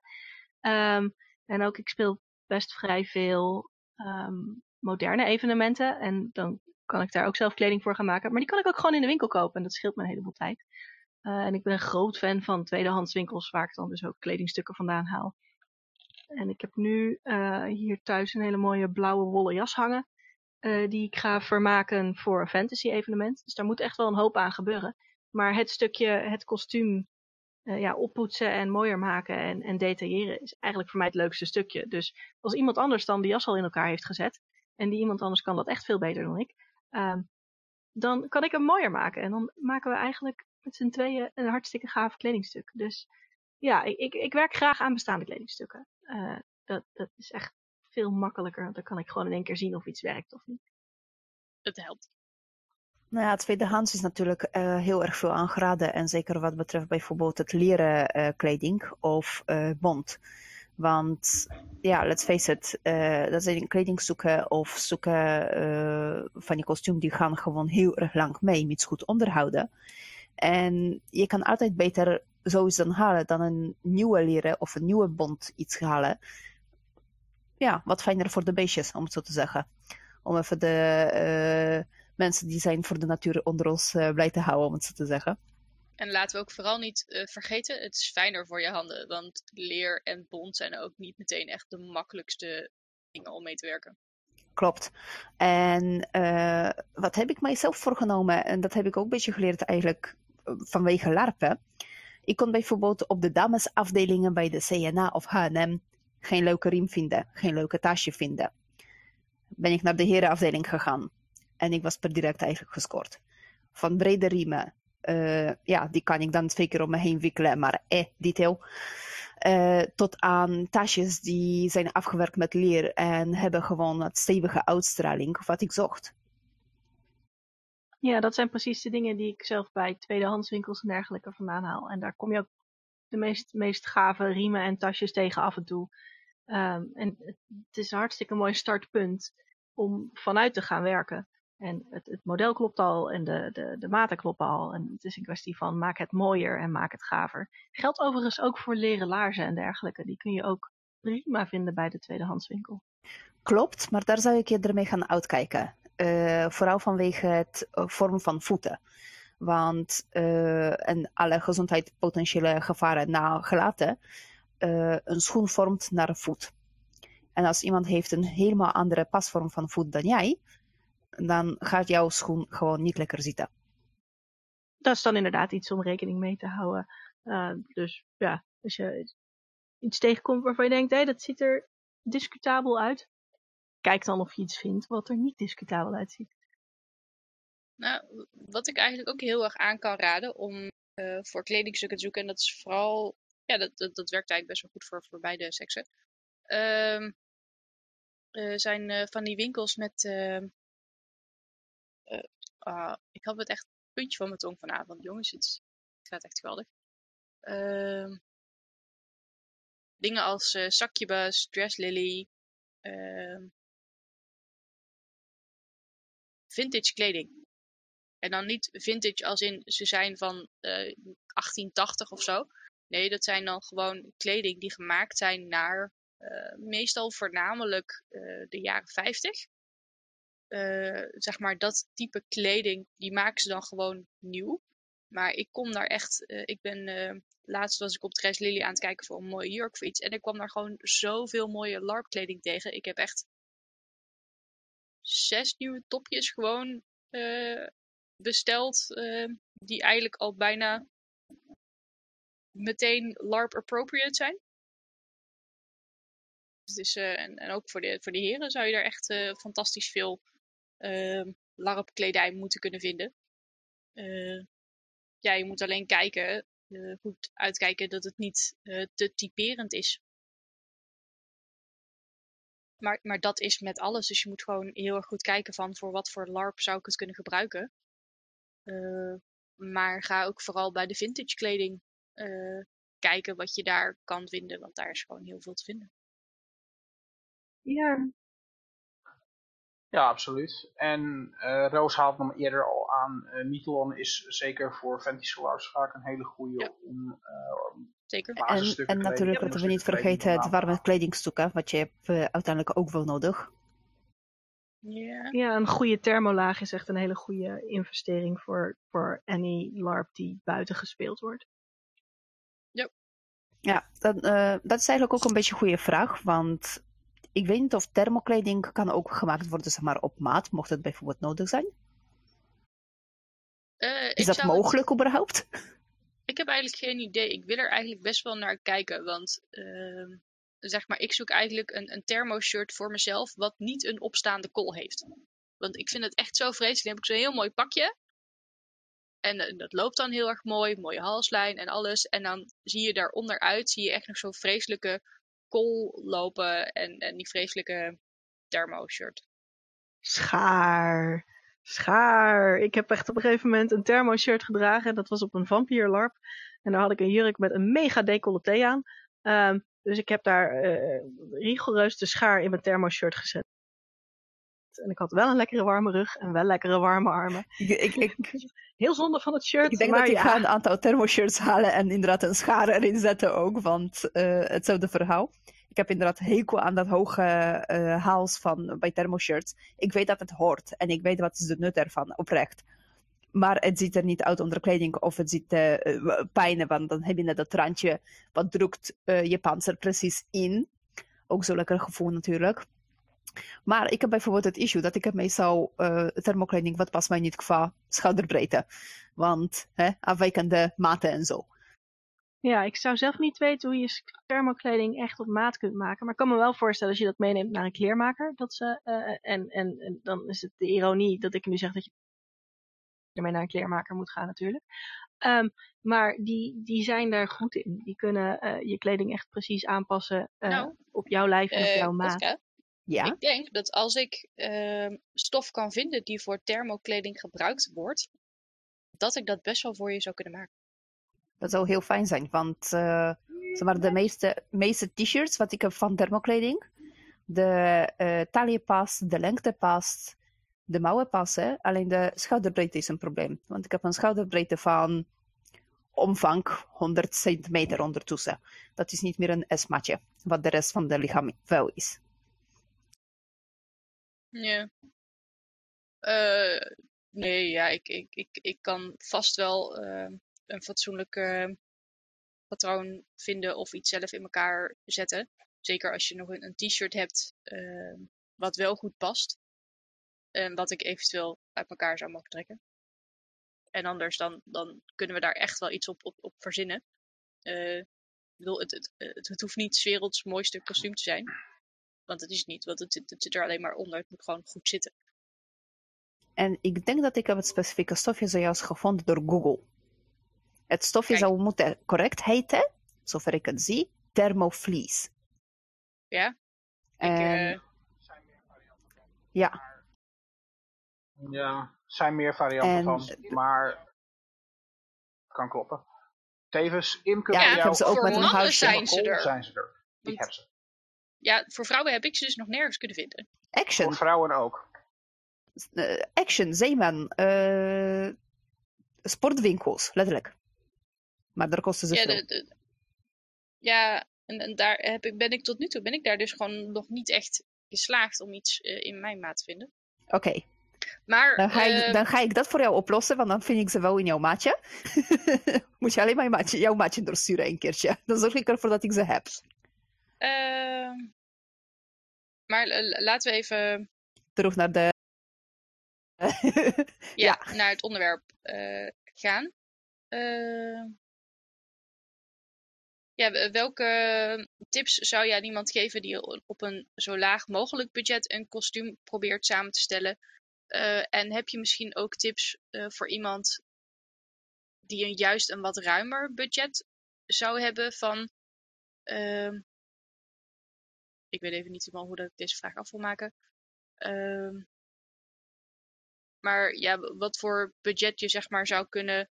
En ook ik speel best vrij veel moderne evenementen. En dan kan ik daar ook zelf kleding voor gaan maken. Maar die kan ik ook gewoon in de winkel kopen. En dat scheelt me een heleboel tijd. En ik ben een groot fan van tweedehands winkels, waar ik dan dus ook kledingstukken vandaan haal. En ik heb nu hier thuis een hele mooie blauwe wollen jas hangen. Die ik ga vermaken voor een fantasy evenement. Dus daar moet echt wel een hoop aan gebeuren. Maar het stukje, het kostuum oppoetsen en mooier maken en detailleren is eigenlijk voor mij het leukste stukje. Dus als iemand anders dan die jas al in elkaar heeft gezet, en die iemand anders kan dat echt veel beter dan ik, dan kan ik hem mooier maken. En dan maken we eigenlijk met z'n tweeën een hartstikke gaaf kledingstuk. Dus ja, ik werk graag aan bestaande kledingstukken. Dat is echt veel makkelijker, want dan kan ik gewoon in één keer zien of iets werkt of niet. Het helpt. Nou ja, tweedehands is natuurlijk heel erg veel aangeraden. En zeker wat betreft bijvoorbeeld het leren kleding of bont. Want ja, let's face it, dat zijn kledingstukken of stukken van je kostuum die gaan gewoon heel erg lang mee, mits goed onderhouden. En je kan altijd beter zoiets dan halen dan een nieuwe leren of een nieuwe bont iets halen. Ja, wat fijner voor de beestjes, om het zo te zeggen. Om even de mensen die zijn voor de natuur onder ons blij te houden, om het zo te zeggen. En laten we ook vooral niet vergeten, het is fijner voor je handen. Want leer en bont zijn ook niet meteen echt de makkelijkste dingen om mee te werken. Klopt. En wat heb ik mijzelf voorgenomen? En dat heb ik ook een beetje geleerd eigenlijk vanwege LARPen. Ik kon bijvoorbeeld op de damesafdelingen bij de CNA of H&M geen leuke riem vinden, geen leuke tasje vinden. Ben ik naar de herenafdeling gegaan. En ik was per direct eigenlijk gescoord. Van brede riemen, die kan ik dan 2 keer om me heen wikkelen, maar detail. Tot aan tasjes die zijn afgewerkt met leer en hebben gewoon het stevige uitstraling wat ik zocht. Ja, dat zijn precies de dingen die ik zelf bij tweedehandswinkels en dergelijke vandaan haal. En daar kom je ook de meest gave riemen en tasjes tegen af en toe. En het is een hartstikke mooi startpunt om vanuit te gaan werken. En het model klopt al en de maten kloppen al. En het is een kwestie van maak het mooier en maak het gaver. Geldt overigens ook voor leren laarzen en dergelijke. Die kun je ook prima vinden bij de tweedehandswinkel. Klopt, maar daar zou ik eerder mee gaan uitkijken. Vooral vanwege het vorm van voeten. Want en alle gezondheidspotentiële gevaren nagelaten, een schoen vormt naar een voet. En als iemand heeft een helemaal andere pasvorm van voet dan jij, dan gaat jouw schoen gewoon niet lekker zitten. Dat is dan inderdaad iets om rekening mee te houden. Dus ja, als je iets tegenkomt waarvan je denkt, dat ziet er discutabel uit, kijk dan of je iets vindt wat er niet discutabel uitziet. Nou, wat ik eigenlijk ook heel erg aan kan raden om voor kledingstukken te zoeken, en dat is vooral, ja, dat werkt eigenlijk best wel goed voor beide seksen. Zijn van die winkels met, ik had het echt puntje van mijn tong vanavond, jongens, het gaat echt geweldig. Dingen als Succubus, Dress Lily, vintage kleding. En dan niet vintage als in ze zijn van 1880 of zo. Nee, dat zijn dan gewoon kleding die gemaakt zijn naar meestal voornamelijk de jaren 50. Zeg maar dat type kleding, die maken ze dan gewoon nieuw. Maar ik kom daar echt, laatst was ik op Dress Lily aan het kijken voor een mooie jurk of iets. En ik kwam daar gewoon zoveel mooie LARP-kleding tegen. Ik heb echt 6 nieuwe topjes gewoon besteld. Die eigenlijk al bijna meteen LARP-appropriate zijn. Dus, en ook voor de heren zou je daar echt fantastisch veel LARP-kledij moeten kunnen vinden. Ja, je moet alleen kijken, goed uitkijken dat het niet te typerend is. Maar dat is met alles. Dus je moet gewoon heel erg goed kijken van voor wat voor LARP zou ik het kunnen gebruiken. Maar ga ook vooral bij de vintage kleding kijken wat je daar kan vinden. Want daar is gewoon heel veel te vinden. Ja. Ja, absoluut. En Roos haalde hem eerder al aan. Mytholon is zeker voor fantasy LARPs vaak een hele goede om zeker. Basisstukken En kleding, natuurlijk moeten we niet onderstukken kleding, vergeten het normaal. warme kledingstukken, wat je hebt uiteindelijk ook wel nodig. Ja. Ja, een goede thermolaag is echt een hele goede investering voor any LARP die buiten gespeeld wordt. Ja, dat is eigenlijk ook een beetje een goede vraag, want ik weet niet of thermokleding kan ook gemaakt worden, zeg maar, op maat, mocht het bijvoorbeeld nodig zijn. Is dat mogelijk überhaupt? Ik heb eigenlijk geen idee. Ik wil er eigenlijk best wel naar kijken. Want zeg maar, ik zoek eigenlijk een thermoshirt voor mezelf wat niet een opstaande kol heeft. Want ik vind het echt zo vreselijk. Dan heb ik zo'n heel mooi pakje. En dat loopt dan heel erg mooi. Mooie halslijn en alles. En dan zie je daaronder uit, zie je echt nog zo'n vreselijke kol lopen. En die vreselijke thermoshirt. Schaar. Ik heb echt op een gegeven moment een thermoshirt gedragen. Dat was op een vampierlarp. En daar had ik een jurk met een mega decolleté aan. Dus ik heb daar rigoureus de schaar in mijn thermoshirt gezet. En ik had wel een lekkere warme rug en wel lekkere warme armen. Heel zonde van het shirt. Ik denk maar dat ik ja. ga een aantal thermoshirts halen en inderdaad een schaar erin zetten ook, want hetzelfde verhaal. Ik heb inderdaad hekel aan dat hoge hals bij thermoshirts. Ik weet dat het hoort en ik weet wat is de nut ervan, oprecht. Maar het ziet er niet uit onder kleding of het ziet pijnen, want dan heb je net dat randje wat drukt je panzer precies in. Ook zo'n lekker gevoel natuurlijk. Maar ik heb bijvoorbeeld het issue dat ik heb meestal thermokleding wat past mij niet qua schouderbreedte. Want afwijkende maten en zo. Ja, ik zou zelf niet weten hoe je thermokleding echt op maat kunt maken. Maar ik kan me wel voorstellen als je dat meeneemt naar een kleermaker. En dan is het de ironie dat ik nu zeg dat je ermee naar een kleermaker moet gaan natuurlijk. Maar die zijn daar goed in. Die kunnen je kleding echt precies aanpassen op jouw lijf en op jouw maat. Kotka, Ja? ik denk dat als ik stof kan vinden die voor thermokleding gebruikt wordt, dat ik dat best wel voor je zou kunnen maken. Dat zou heel fijn zijn, want zeg maar, de meeste t-shirts wat ik heb van thermokleding, de taille past, de lengte past, de mouwen passen, alleen de schouderbreedte is een probleem. Want ik heb een schouderbreedte van omvang 100 centimeter ondertussen. Dat is niet meer een S-maatje, wat de rest van de lichaam wel is. Ja. Nee, ja, ik kan vast wel een fatsoenlijk patroon vinden of iets zelf in elkaar zetten. Zeker als je nog een t-shirt hebt wat wel goed past. En wat ik eventueel uit elkaar zou mogen trekken. En anders dan kunnen we daar echt wel iets op verzinnen. Ik bedoel, het hoeft niet 's werelds mooiste kostuum te zijn. Want dat is het niet, want het zit er alleen maar onder. Het moet gewoon goed zitten. En ik denk dat ik heb het specifieke stofje zojuist gevonden door Google. Het stofje zou moeten correct heten, zover ik het zie, thermofleece. Ja? Ja. Ja, er zijn meer varianten van, maar kan kloppen. Tevens, Imke, Ja, bij ik jou, heb ze ook voor met een mannen huisje. zijn ze er. Zijn ze er. Ik heb ze. Ja, voor vrouwen heb ik ze dus nog nergens kunnen vinden. Action. Voor vrouwen ook. Action, Zeeman. Sportwinkels, letterlijk. Maar daar kosten ze veel. Ja, en daar ben ik tot nu toe daar dus gewoon nog niet echt geslaagd om iets in mijn maat te vinden. Oké. Maar Dan ga ik dat voor jou oplossen, want dan vind ik ze wel in jouw maatje. Moet je alleen maar jouw maatje doorsturen een keertje. Dan zorg ik ervoor dat ik ze heb. Maar laten we even terug naar de... naar het onderwerp gaan. Welke tips zou jij aan iemand geven die op een zo laag mogelijk budget een kostuum probeert samen te stellen? En heb je misschien ook tips voor iemand die juist een wat ruimer budget zou hebben van... ik weet even niet helemaal hoe dat ik deze vraag af wil maken. Maar ja, wat voor budget je zeg maar zou kunnen...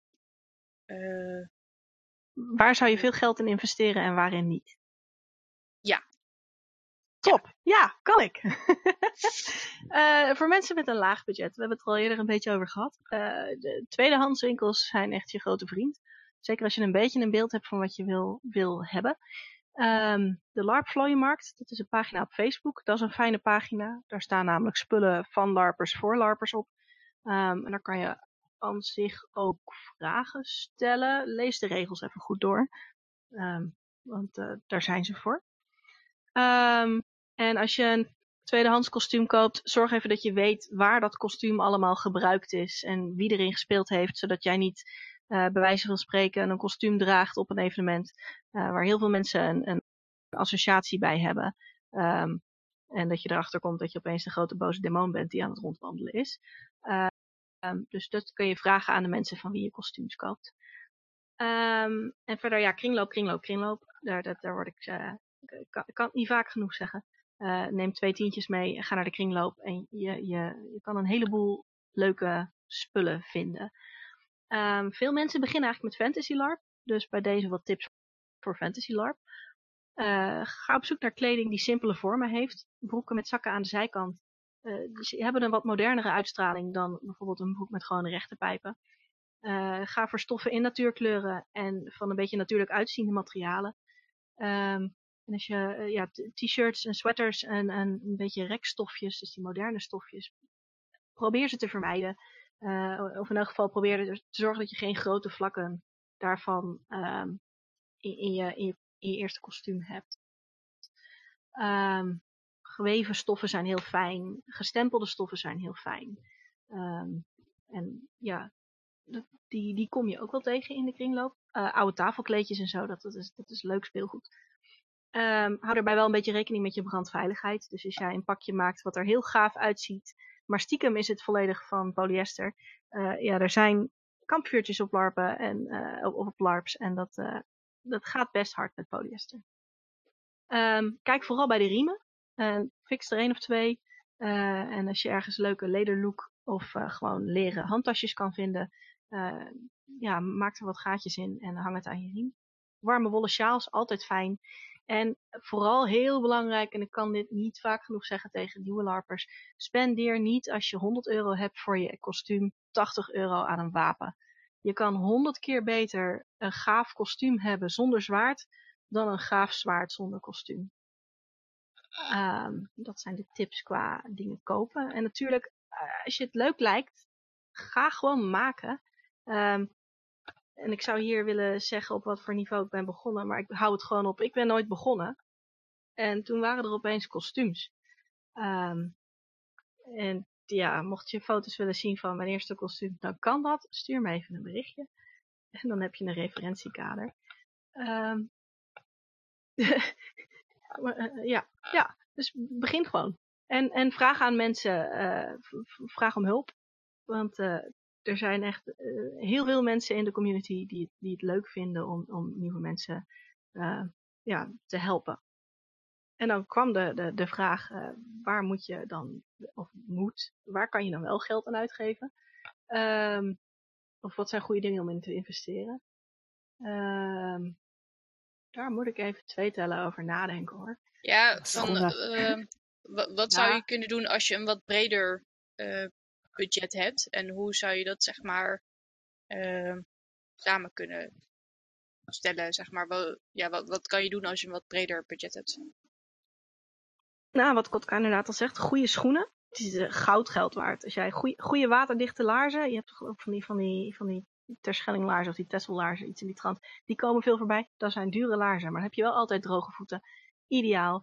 Waar zou je veel geld in investeren en waarin niet? Ja. Top, ja, kan ik. Voor mensen met een laag budget, we hebben het er al eerder een beetje over gehad. De tweedehandswinkels zijn echt je grote vriend. Zeker als je een beetje een beeld hebt van wat je wil hebben. De LARP-vlooienmarkt, dat is een pagina op Facebook. Dat is een fijne pagina. Daar staan namelijk spullen van LARPers voor LARPers op. En daar kan je aan zich ook vragen stellen. Lees de regels even goed door. Want daar zijn ze voor. En als je een tweedehands kostuum koopt, zorg even dat je weet waar dat kostuum allemaal gebruikt is. En wie erin gespeeld heeft, zodat jij niet bij wijze van spreken een kostuum draagt op een evenement. Waar heel veel mensen een associatie bij hebben. En dat je erachter komt dat je opeens de grote boze demon bent die aan het rondwandelen is. Dus dat kun je vragen aan de mensen van wie je kostuums koopt. En verder, ja, kringloop. Daar word ik kan het niet vaak genoeg zeggen. Neem 2 tientjes mee en ga naar de kringloop. En je kan een heleboel leuke spullen vinden. Veel mensen beginnen eigenlijk met Fantasy LARP. Dus bij deze wat tips voor Fantasy LARP. Ga op zoek naar kleding die simpele vormen heeft. Broeken met zakken aan de zijkant. Die hebben een wat modernere uitstraling dan bijvoorbeeld een broek met gewoon rechte pijpen. Ga voor stoffen in natuurkleuren en van een beetje natuurlijk uitziende materialen. En als je t-shirts en sweaters en een beetje rekstofjes, dus die moderne stofjes, probeer ze te vermijden. Of in elk geval probeer er te zorgen dat je geen grote vlakken daarvan in je eerste kostuum hebt. Geweven stoffen zijn heel fijn. Gestempelde stoffen zijn heel fijn. En ja, die kom je ook wel tegen in de kringloop. Oude tafelkleedjes en zo, dat is leuk speelgoed. Hou erbij wel een beetje rekening met je brandveiligheid. Dus als jij een pakje maakt wat er heel gaaf uitziet, maar stiekem is het volledig van polyester. Er zijn kampvuurtjes op larpen of op larps en dat gaat best hard met polyester. Kijk vooral bij de riemen. Fix er 1 of 2. En als je ergens leuke lederlook of gewoon leren handtasjes kan vinden, maak er wat gaatjes in en hang het aan je riem. Warme wollen sjaals, altijd fijn. En vooral heel belangrijk, en ik kan dit niet vaak genoeg zeggen tegen nieuwe larpers, spendeer niet als je €100 hebt voor je kostuum €80 aan een wapen. Je kan 100 keer beter een gaaf kostuum hebben zonder zwaard dan een gaaf zwaard zonder kostuum. Dat zijn de tips qua dingen kopen. En natuurlijk, als je het leuk lijkt, ga gewoon maken. En ik zou hier willen zeggen op wat voor niveau ik ben begonnen, maar ik hou het gewoon op. Ik ben nooit begonnen. En toen waren er opeens kostuums. En ja, mocht je foto's willen zien van mijn eerste kostuum, dan kan dat. Stuur me even een berichtje. En dan heb je een referentiekader. Dus begin gewoon. En vraag aan mensen, vraag om hulp. Want er zijn echt heel veel mensen in de community die het leuk vinden om nieuwe mensen te helpen. En dan kwam de vraag, waar moet je dan, waar kan je dan wel geld aan uitgeven? Of wat zijn goede dingen om in te investeren? Daar moet ik even 2 tellen over nadenken hoor. Ja, wat zou Ja. je kunnen doen als je een wat breder budget hebt? En hoe zou je dat zeg maar samen kunnen stellen? Zeg maar, wat kan je doen als je een wat breder budget hebt? Nou, wat Kotka inderdaad al zegt, goede schoenen. Het is goud geld waard. Als jij goede waterdichte laarzen, je hebt toch ook van die Terschellinglaarzen of die Tessellaarzen, iets in die trant, die komen veel voorbij. Dat zijn dure laarzen, maar dan heb je wel altijd droge voeten. Ideaal.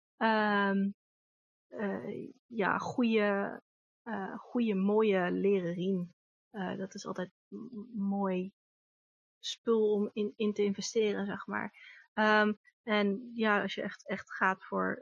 Goede mooie leren riem. Dat is altijd mooi spul om in te investeren, zeg maar. En ja, als je echt gaat voor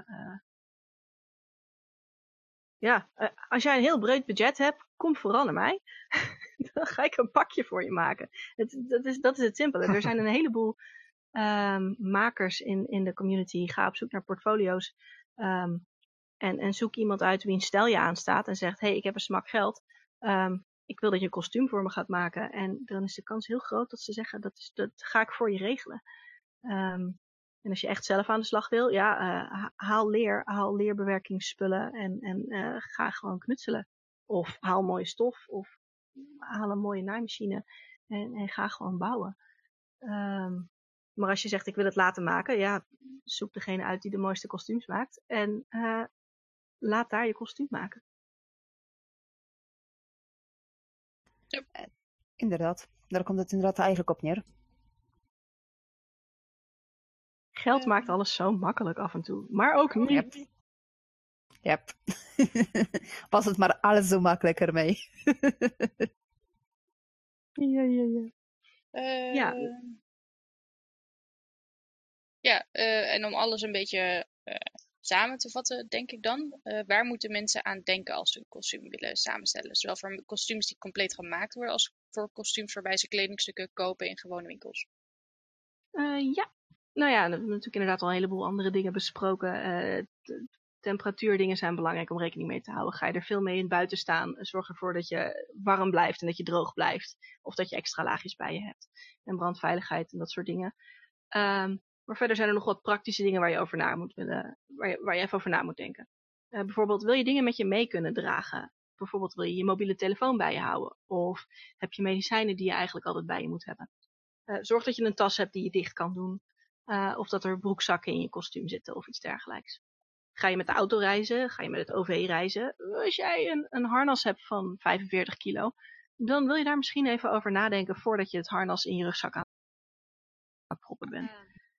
als jij een heel breed budget hebt, kom vooral naar mij. Dan ga ik een pakje voor je maken. Dat is het simpele. Er zijn een heleboel makers in de community. Ga op zoek naar portfolio's. En zoek iemand uit wie een stijl je aanstaat. En zegt, hey, ik heb een smak geld. Ik wil dat je een kostuum voor me gaat maken. En dan is de kans heel groot dat ze zeggen, dat ga ik voor je regelen. En als je echt zelf aan de slag wil, haal leerbewerkingsspullen en ga gewoon knutselen. Of haal mooie stof, of haal een mooie naaimachine En ga gewoon bouwen. Maar als je zegt, ik wil het laten maken, ja, zoek degene uit die de mooiste kostuums maakt. En laat daar je kostuum maken. Inderdaad, daar komt het inderdaad eigenlijk op neer. Geld maakt alles zo makkelijk af en toe. Maar ook niet. Yep. Was het maar alles zo makkelijker mee. Ja. En om alles een beetje samen te vatten, denk ik dan. Waar moeten mensen aan denken als ze een kostuum willen samenstellen? Zowel voor kostuums die compleet gemaakt worden, als voor kostuums waarbij ze kledingstukken kopen in gewone winkels. Ja. Nou ja, we hebben natuurlijk inderdaad al een heleboel andere dingen besproken. Temperatuurdingen zijn belangrijk om rekening mee te houden. Ga je er veel mee in buiten staan, zorg ervoor dat je warm blijft en dat je droog blijft. Of dat je extra laagjes bij je hebt. En brandveiligheid en dat soort dingen. Maar verder zijn er nog wat praktische dingen waar je over na moet waar je even over na moet denken. Bijvoorbeeld, wil je dingen met je mee kunnen dragen? Bijvoorbeeld, wil je je mobiele telefoon bij je houden? Of heb je medicijnen die je eigenlijk altijd bij je moet hebben? Zorg dat je een tas hebt die je dicht kan doen. Of dat er broekzakken in je kostuum zitten of iets dergelijks. Ga je met de auto reizen? Ga je met het OV reizen? Als jij een harnas hebt van 45 kilo, dan wil je daar misschien even over nadenken voordat je het harnas in je rugzak aan het proppen bent.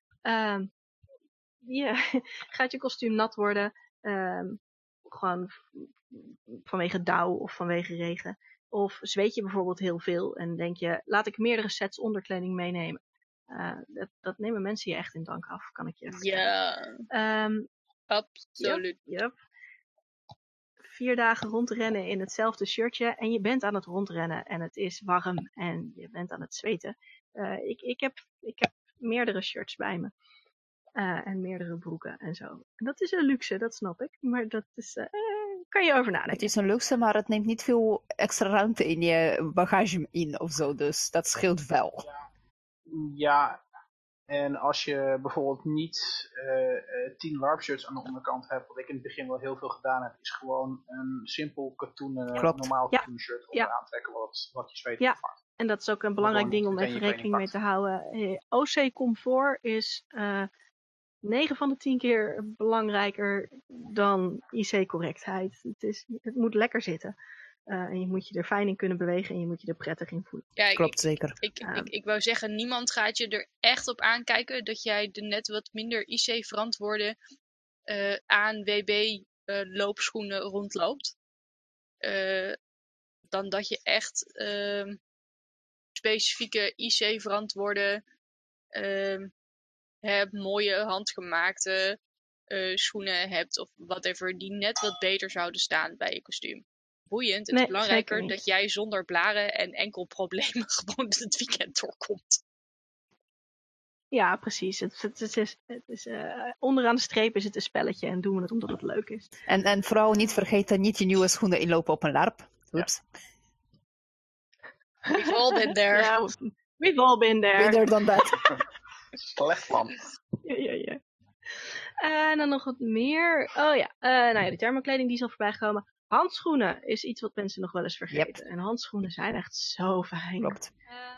Gaat je kostuum nat worden? Gewoon vanwege dauw of vanwege regen? Of zweet je bijvoorbeeld heel veel en denk je, laat ik meerdere sets onderkleding meenemen? Dat nemen mensen je echt in dank af, kan ik je vertellen. Ja, absoluut. Yep. 4 dagen rondrennen in hetzelfde shirtje en je bent aan het rondrennen en het is warm en je bent aan het zweten. Ik heb meerdere shirts bij me. En meerdere broeken en zo. En dat is een luxe, dat snap ik. Maar dat is, kan je over nadenken. Het is een luxe, maar het neemt niet veel extra ruimte in je bagage in of zo. Dus dat scheelt wel. Ja, en als je bijvoorbeeld niet 10 LARP-shirts aan de onderkant hebt, wat ik in het begin wel heel veel gedaan heb, is gewoon een simpel katoenen, normaal katoen shirt onderaan trekken, wat je zweet vervangt. En dat is ook een belangrijk ding om even rekening mee te houden. OC-comfort is 9 van de 10 keer belangrijker dan IC-correctheid. Het moet lekker zitten. En je moet je er fijn in kunnen bewegen en je moet je er prettig in voelen. Ja, klopt zeker. Ik wou zeggen, niemand gaat je er echt op aankijken dat jij de net wat minder IC-verantwoorde ANWB loopschoenen rondloopt. Dan dat je echt specifieke IC-verantwoorde mooie handgemaakte schoenen hebt of whatever die net wat beter zouden staan bij je kostuum. Boeiend. Het is belangrijker dat jij zonder blaren en enkel problemen gewoon het weekend doorkomt. Ja, precies. Het is onderaan de streep is het een spelletje en doen we het omdat het leuk is. En vooral niet vergeten, niet je nieuwe schoenen inlopen op een LARP. Oeps. Ja. We've all been there. Ja, we've all been there. Beter dan dat. Slecht plan. Ja. En dan nog wat meer. Oh ja, die thermokleding die is al voorbij gekomen. Handschoenen is iets wat mensen nog wel eens vergeten. En handschoenen zijn echt zo fijn. Klopt.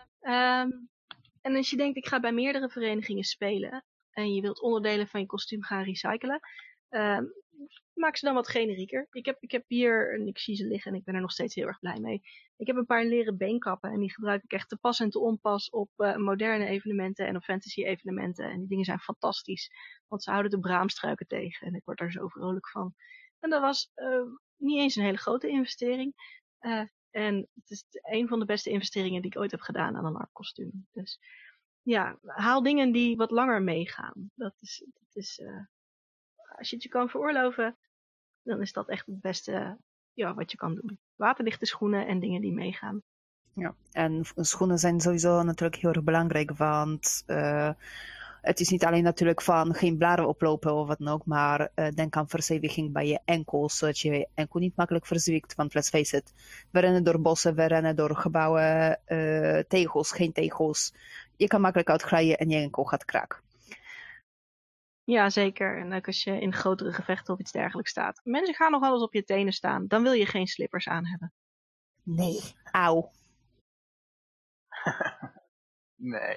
En als je denkt, ik ga bij meerdere verenigingen spelen en je wilt onderdelen van je kostuum gaan recyclen, maak ze dan wat generieker. Ik heb hier, en ik zie ze liggen en ik ben er nog steeds heel erg blij mee. Ik heb een paar leren beenkappen en die gebruik ik echt te pas en te onpas op moderne evenementen en op fantasy evenementen. En die dingen zijn fantastisch, want ze houden de braamstruiken tegen en ik word daar zo vrolijk van. En dat was niet eens een hele grote investering. En het is een van de beste investeringen die ik ooit heb gedaan aan een LARP-kostuum. Dus ja, haal dingen die wat langer meegaan. Dat is als je het je kan veroorloven, dan is dat echt het beste wat je kan doen. Waterdichte schoenen en dingen die meegaan. Ja, en schoenen zijn sowieso natuurlijk heel erg belangrijk, want het is niet alleen natuurlijk van geen blaren oplopen of wat dan ook, maar denk aan verzweving bij je enkels, zodat je je enkel niet makkelijk verzwikt. Want let's face it, we rennen door bossen, we rennen door gebouwen, tegels, geen tegels. Je kan makkelijk uitglijden en je enkel gaat kraken. Ja, zeker. En ook als je in grotere gevechten of iets dergelijks staat. Mensen gaan nog wel eens op je tenen staan. Dan wil je geen slippers aan hebben. Nee, auw. Nee.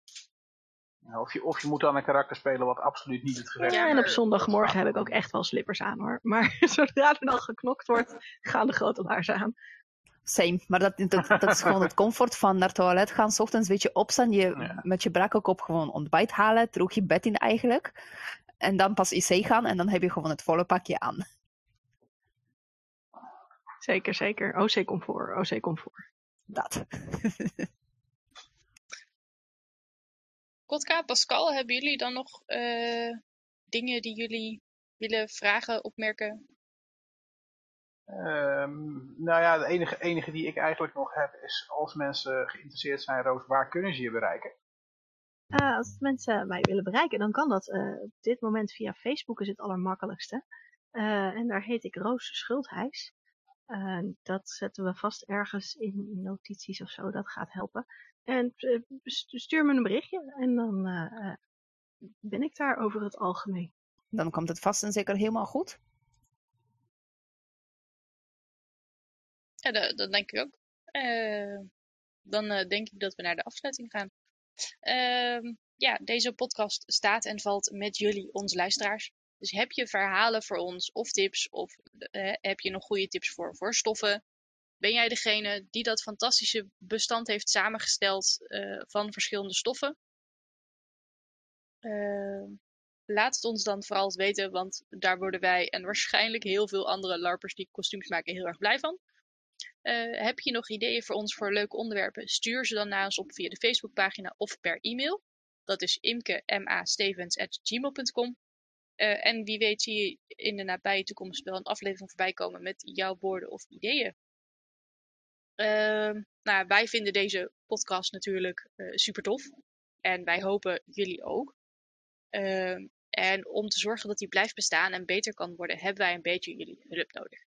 Of je moet dan een karakter spelen wat absoluut niet het gevecht Ja, is. en op zondagmorgen heb ik ook echt wel slippers aan hoor. Maar zodra er dan geknokt wordt, gaan de grote laarzen aan. Same, maar dat is gewoon het comfort van naar het toilet gaan, 's ochtends een beetje opstaan, met je brakke kop gewoon ontbijt halen, terug je bed in eigenlijk. En dan pas IC gaan en dan heb je gewoon het volle pakje aan. Zeker, zeker. OC comfort. Dat. Kotka, Pascal, hebben jullie dan nog dingen die jullie willen vragen, opmerken? Nou ja, de enige die ik eigenlijk nog heb is als mensen geïnteresseerd zijn, Roos, waar kunnen ze je bereiken? Als mensen mij willen bereiken, dan kan dat op dit moment via Facebook is het allermakkelijkste. En daar heet ik Roos Schulthijs. Dat zetten we vast ergens in notities of zo, dat gaat helpen. En stuur me een berichtje en dan ben ik daar over het algemeen. Dan komt het vast en zeker helemaal goed. Ja, dat denk ik ook. Dan denk ik dat we naar de afsluiting gaan. Ja, deze podcast staat en valt met jullie, onze luisteraars. Dus heb je verhalen voor ons of tips of heb je nog goede tips voor stoffen? Ben jij degene die dat fantastische bestand heeft samengesteld van verschillende stoffen? Laat het ons dan vooral weten, want daar worden wij en waarschijnlijk heel veel andere larpers die kostuums maken heel erg blij van. Heb je nog ideeën voor ons voor leuke onderwerpen? Stuur ze dan naar ons op via de Facebookpagina of per e-mail. Dat is imke.ma.stevens@gmail.com. En wie weet zie je in de nabije toekomst wel een aflevering voorbij komen met jouw woorden of ideeën. Nou, wij vinden deze podcast natuurlijk super tof. En wij hopen jullie ook. En om te zorgen dat die blijft bestaan en beter kan worden, hebben wij een beetje jullie hulp nodig.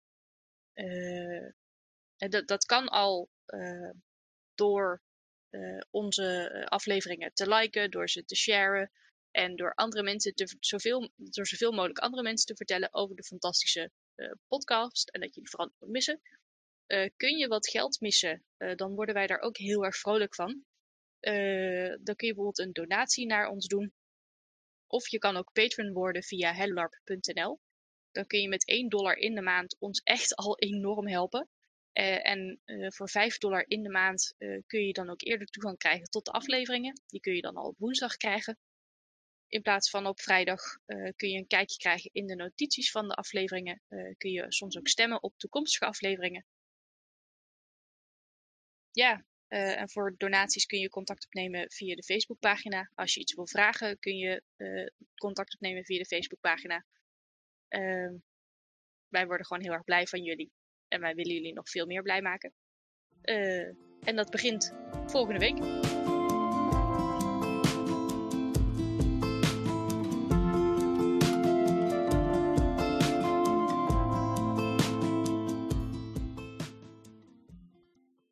Dat kan al door onze afleveringen te liken, door ze te sharen en door andere mensen door zoveel mogelijk andere mensen te vertellen over de fantastische podcast en dat je die vooral niet moet missen. Kun je wat geld missen, dan worden wij daar ook heel erg vrolijk van. Dan kun je bijvoorbeeld een donatie naar ons doen. Of je kan ook patron worden via hellarp.nl. Dan kun je met $1 in de maand ons echt al enorm helpen. En voor $5 in de maand kun je dan ook eerder toegang krijgen tot de afleveringen. Die kun je dan al op woensdag krijgen. In plaats van op vrijdag kun je een kijkje krijgen in de notities van de afleveringen. Kun je soms ook stemmen op toekomstige afleveringen. Ja, en voor donaties kun je contact opnemen via de Facebookpagina. Als je iets wil vragen kun je contact opnemen via de Facebookpagina. Wij worden gewoon heel erg blij van jullie. En wij willen jullie nog veel meer blij maken. En dat begint volgende week.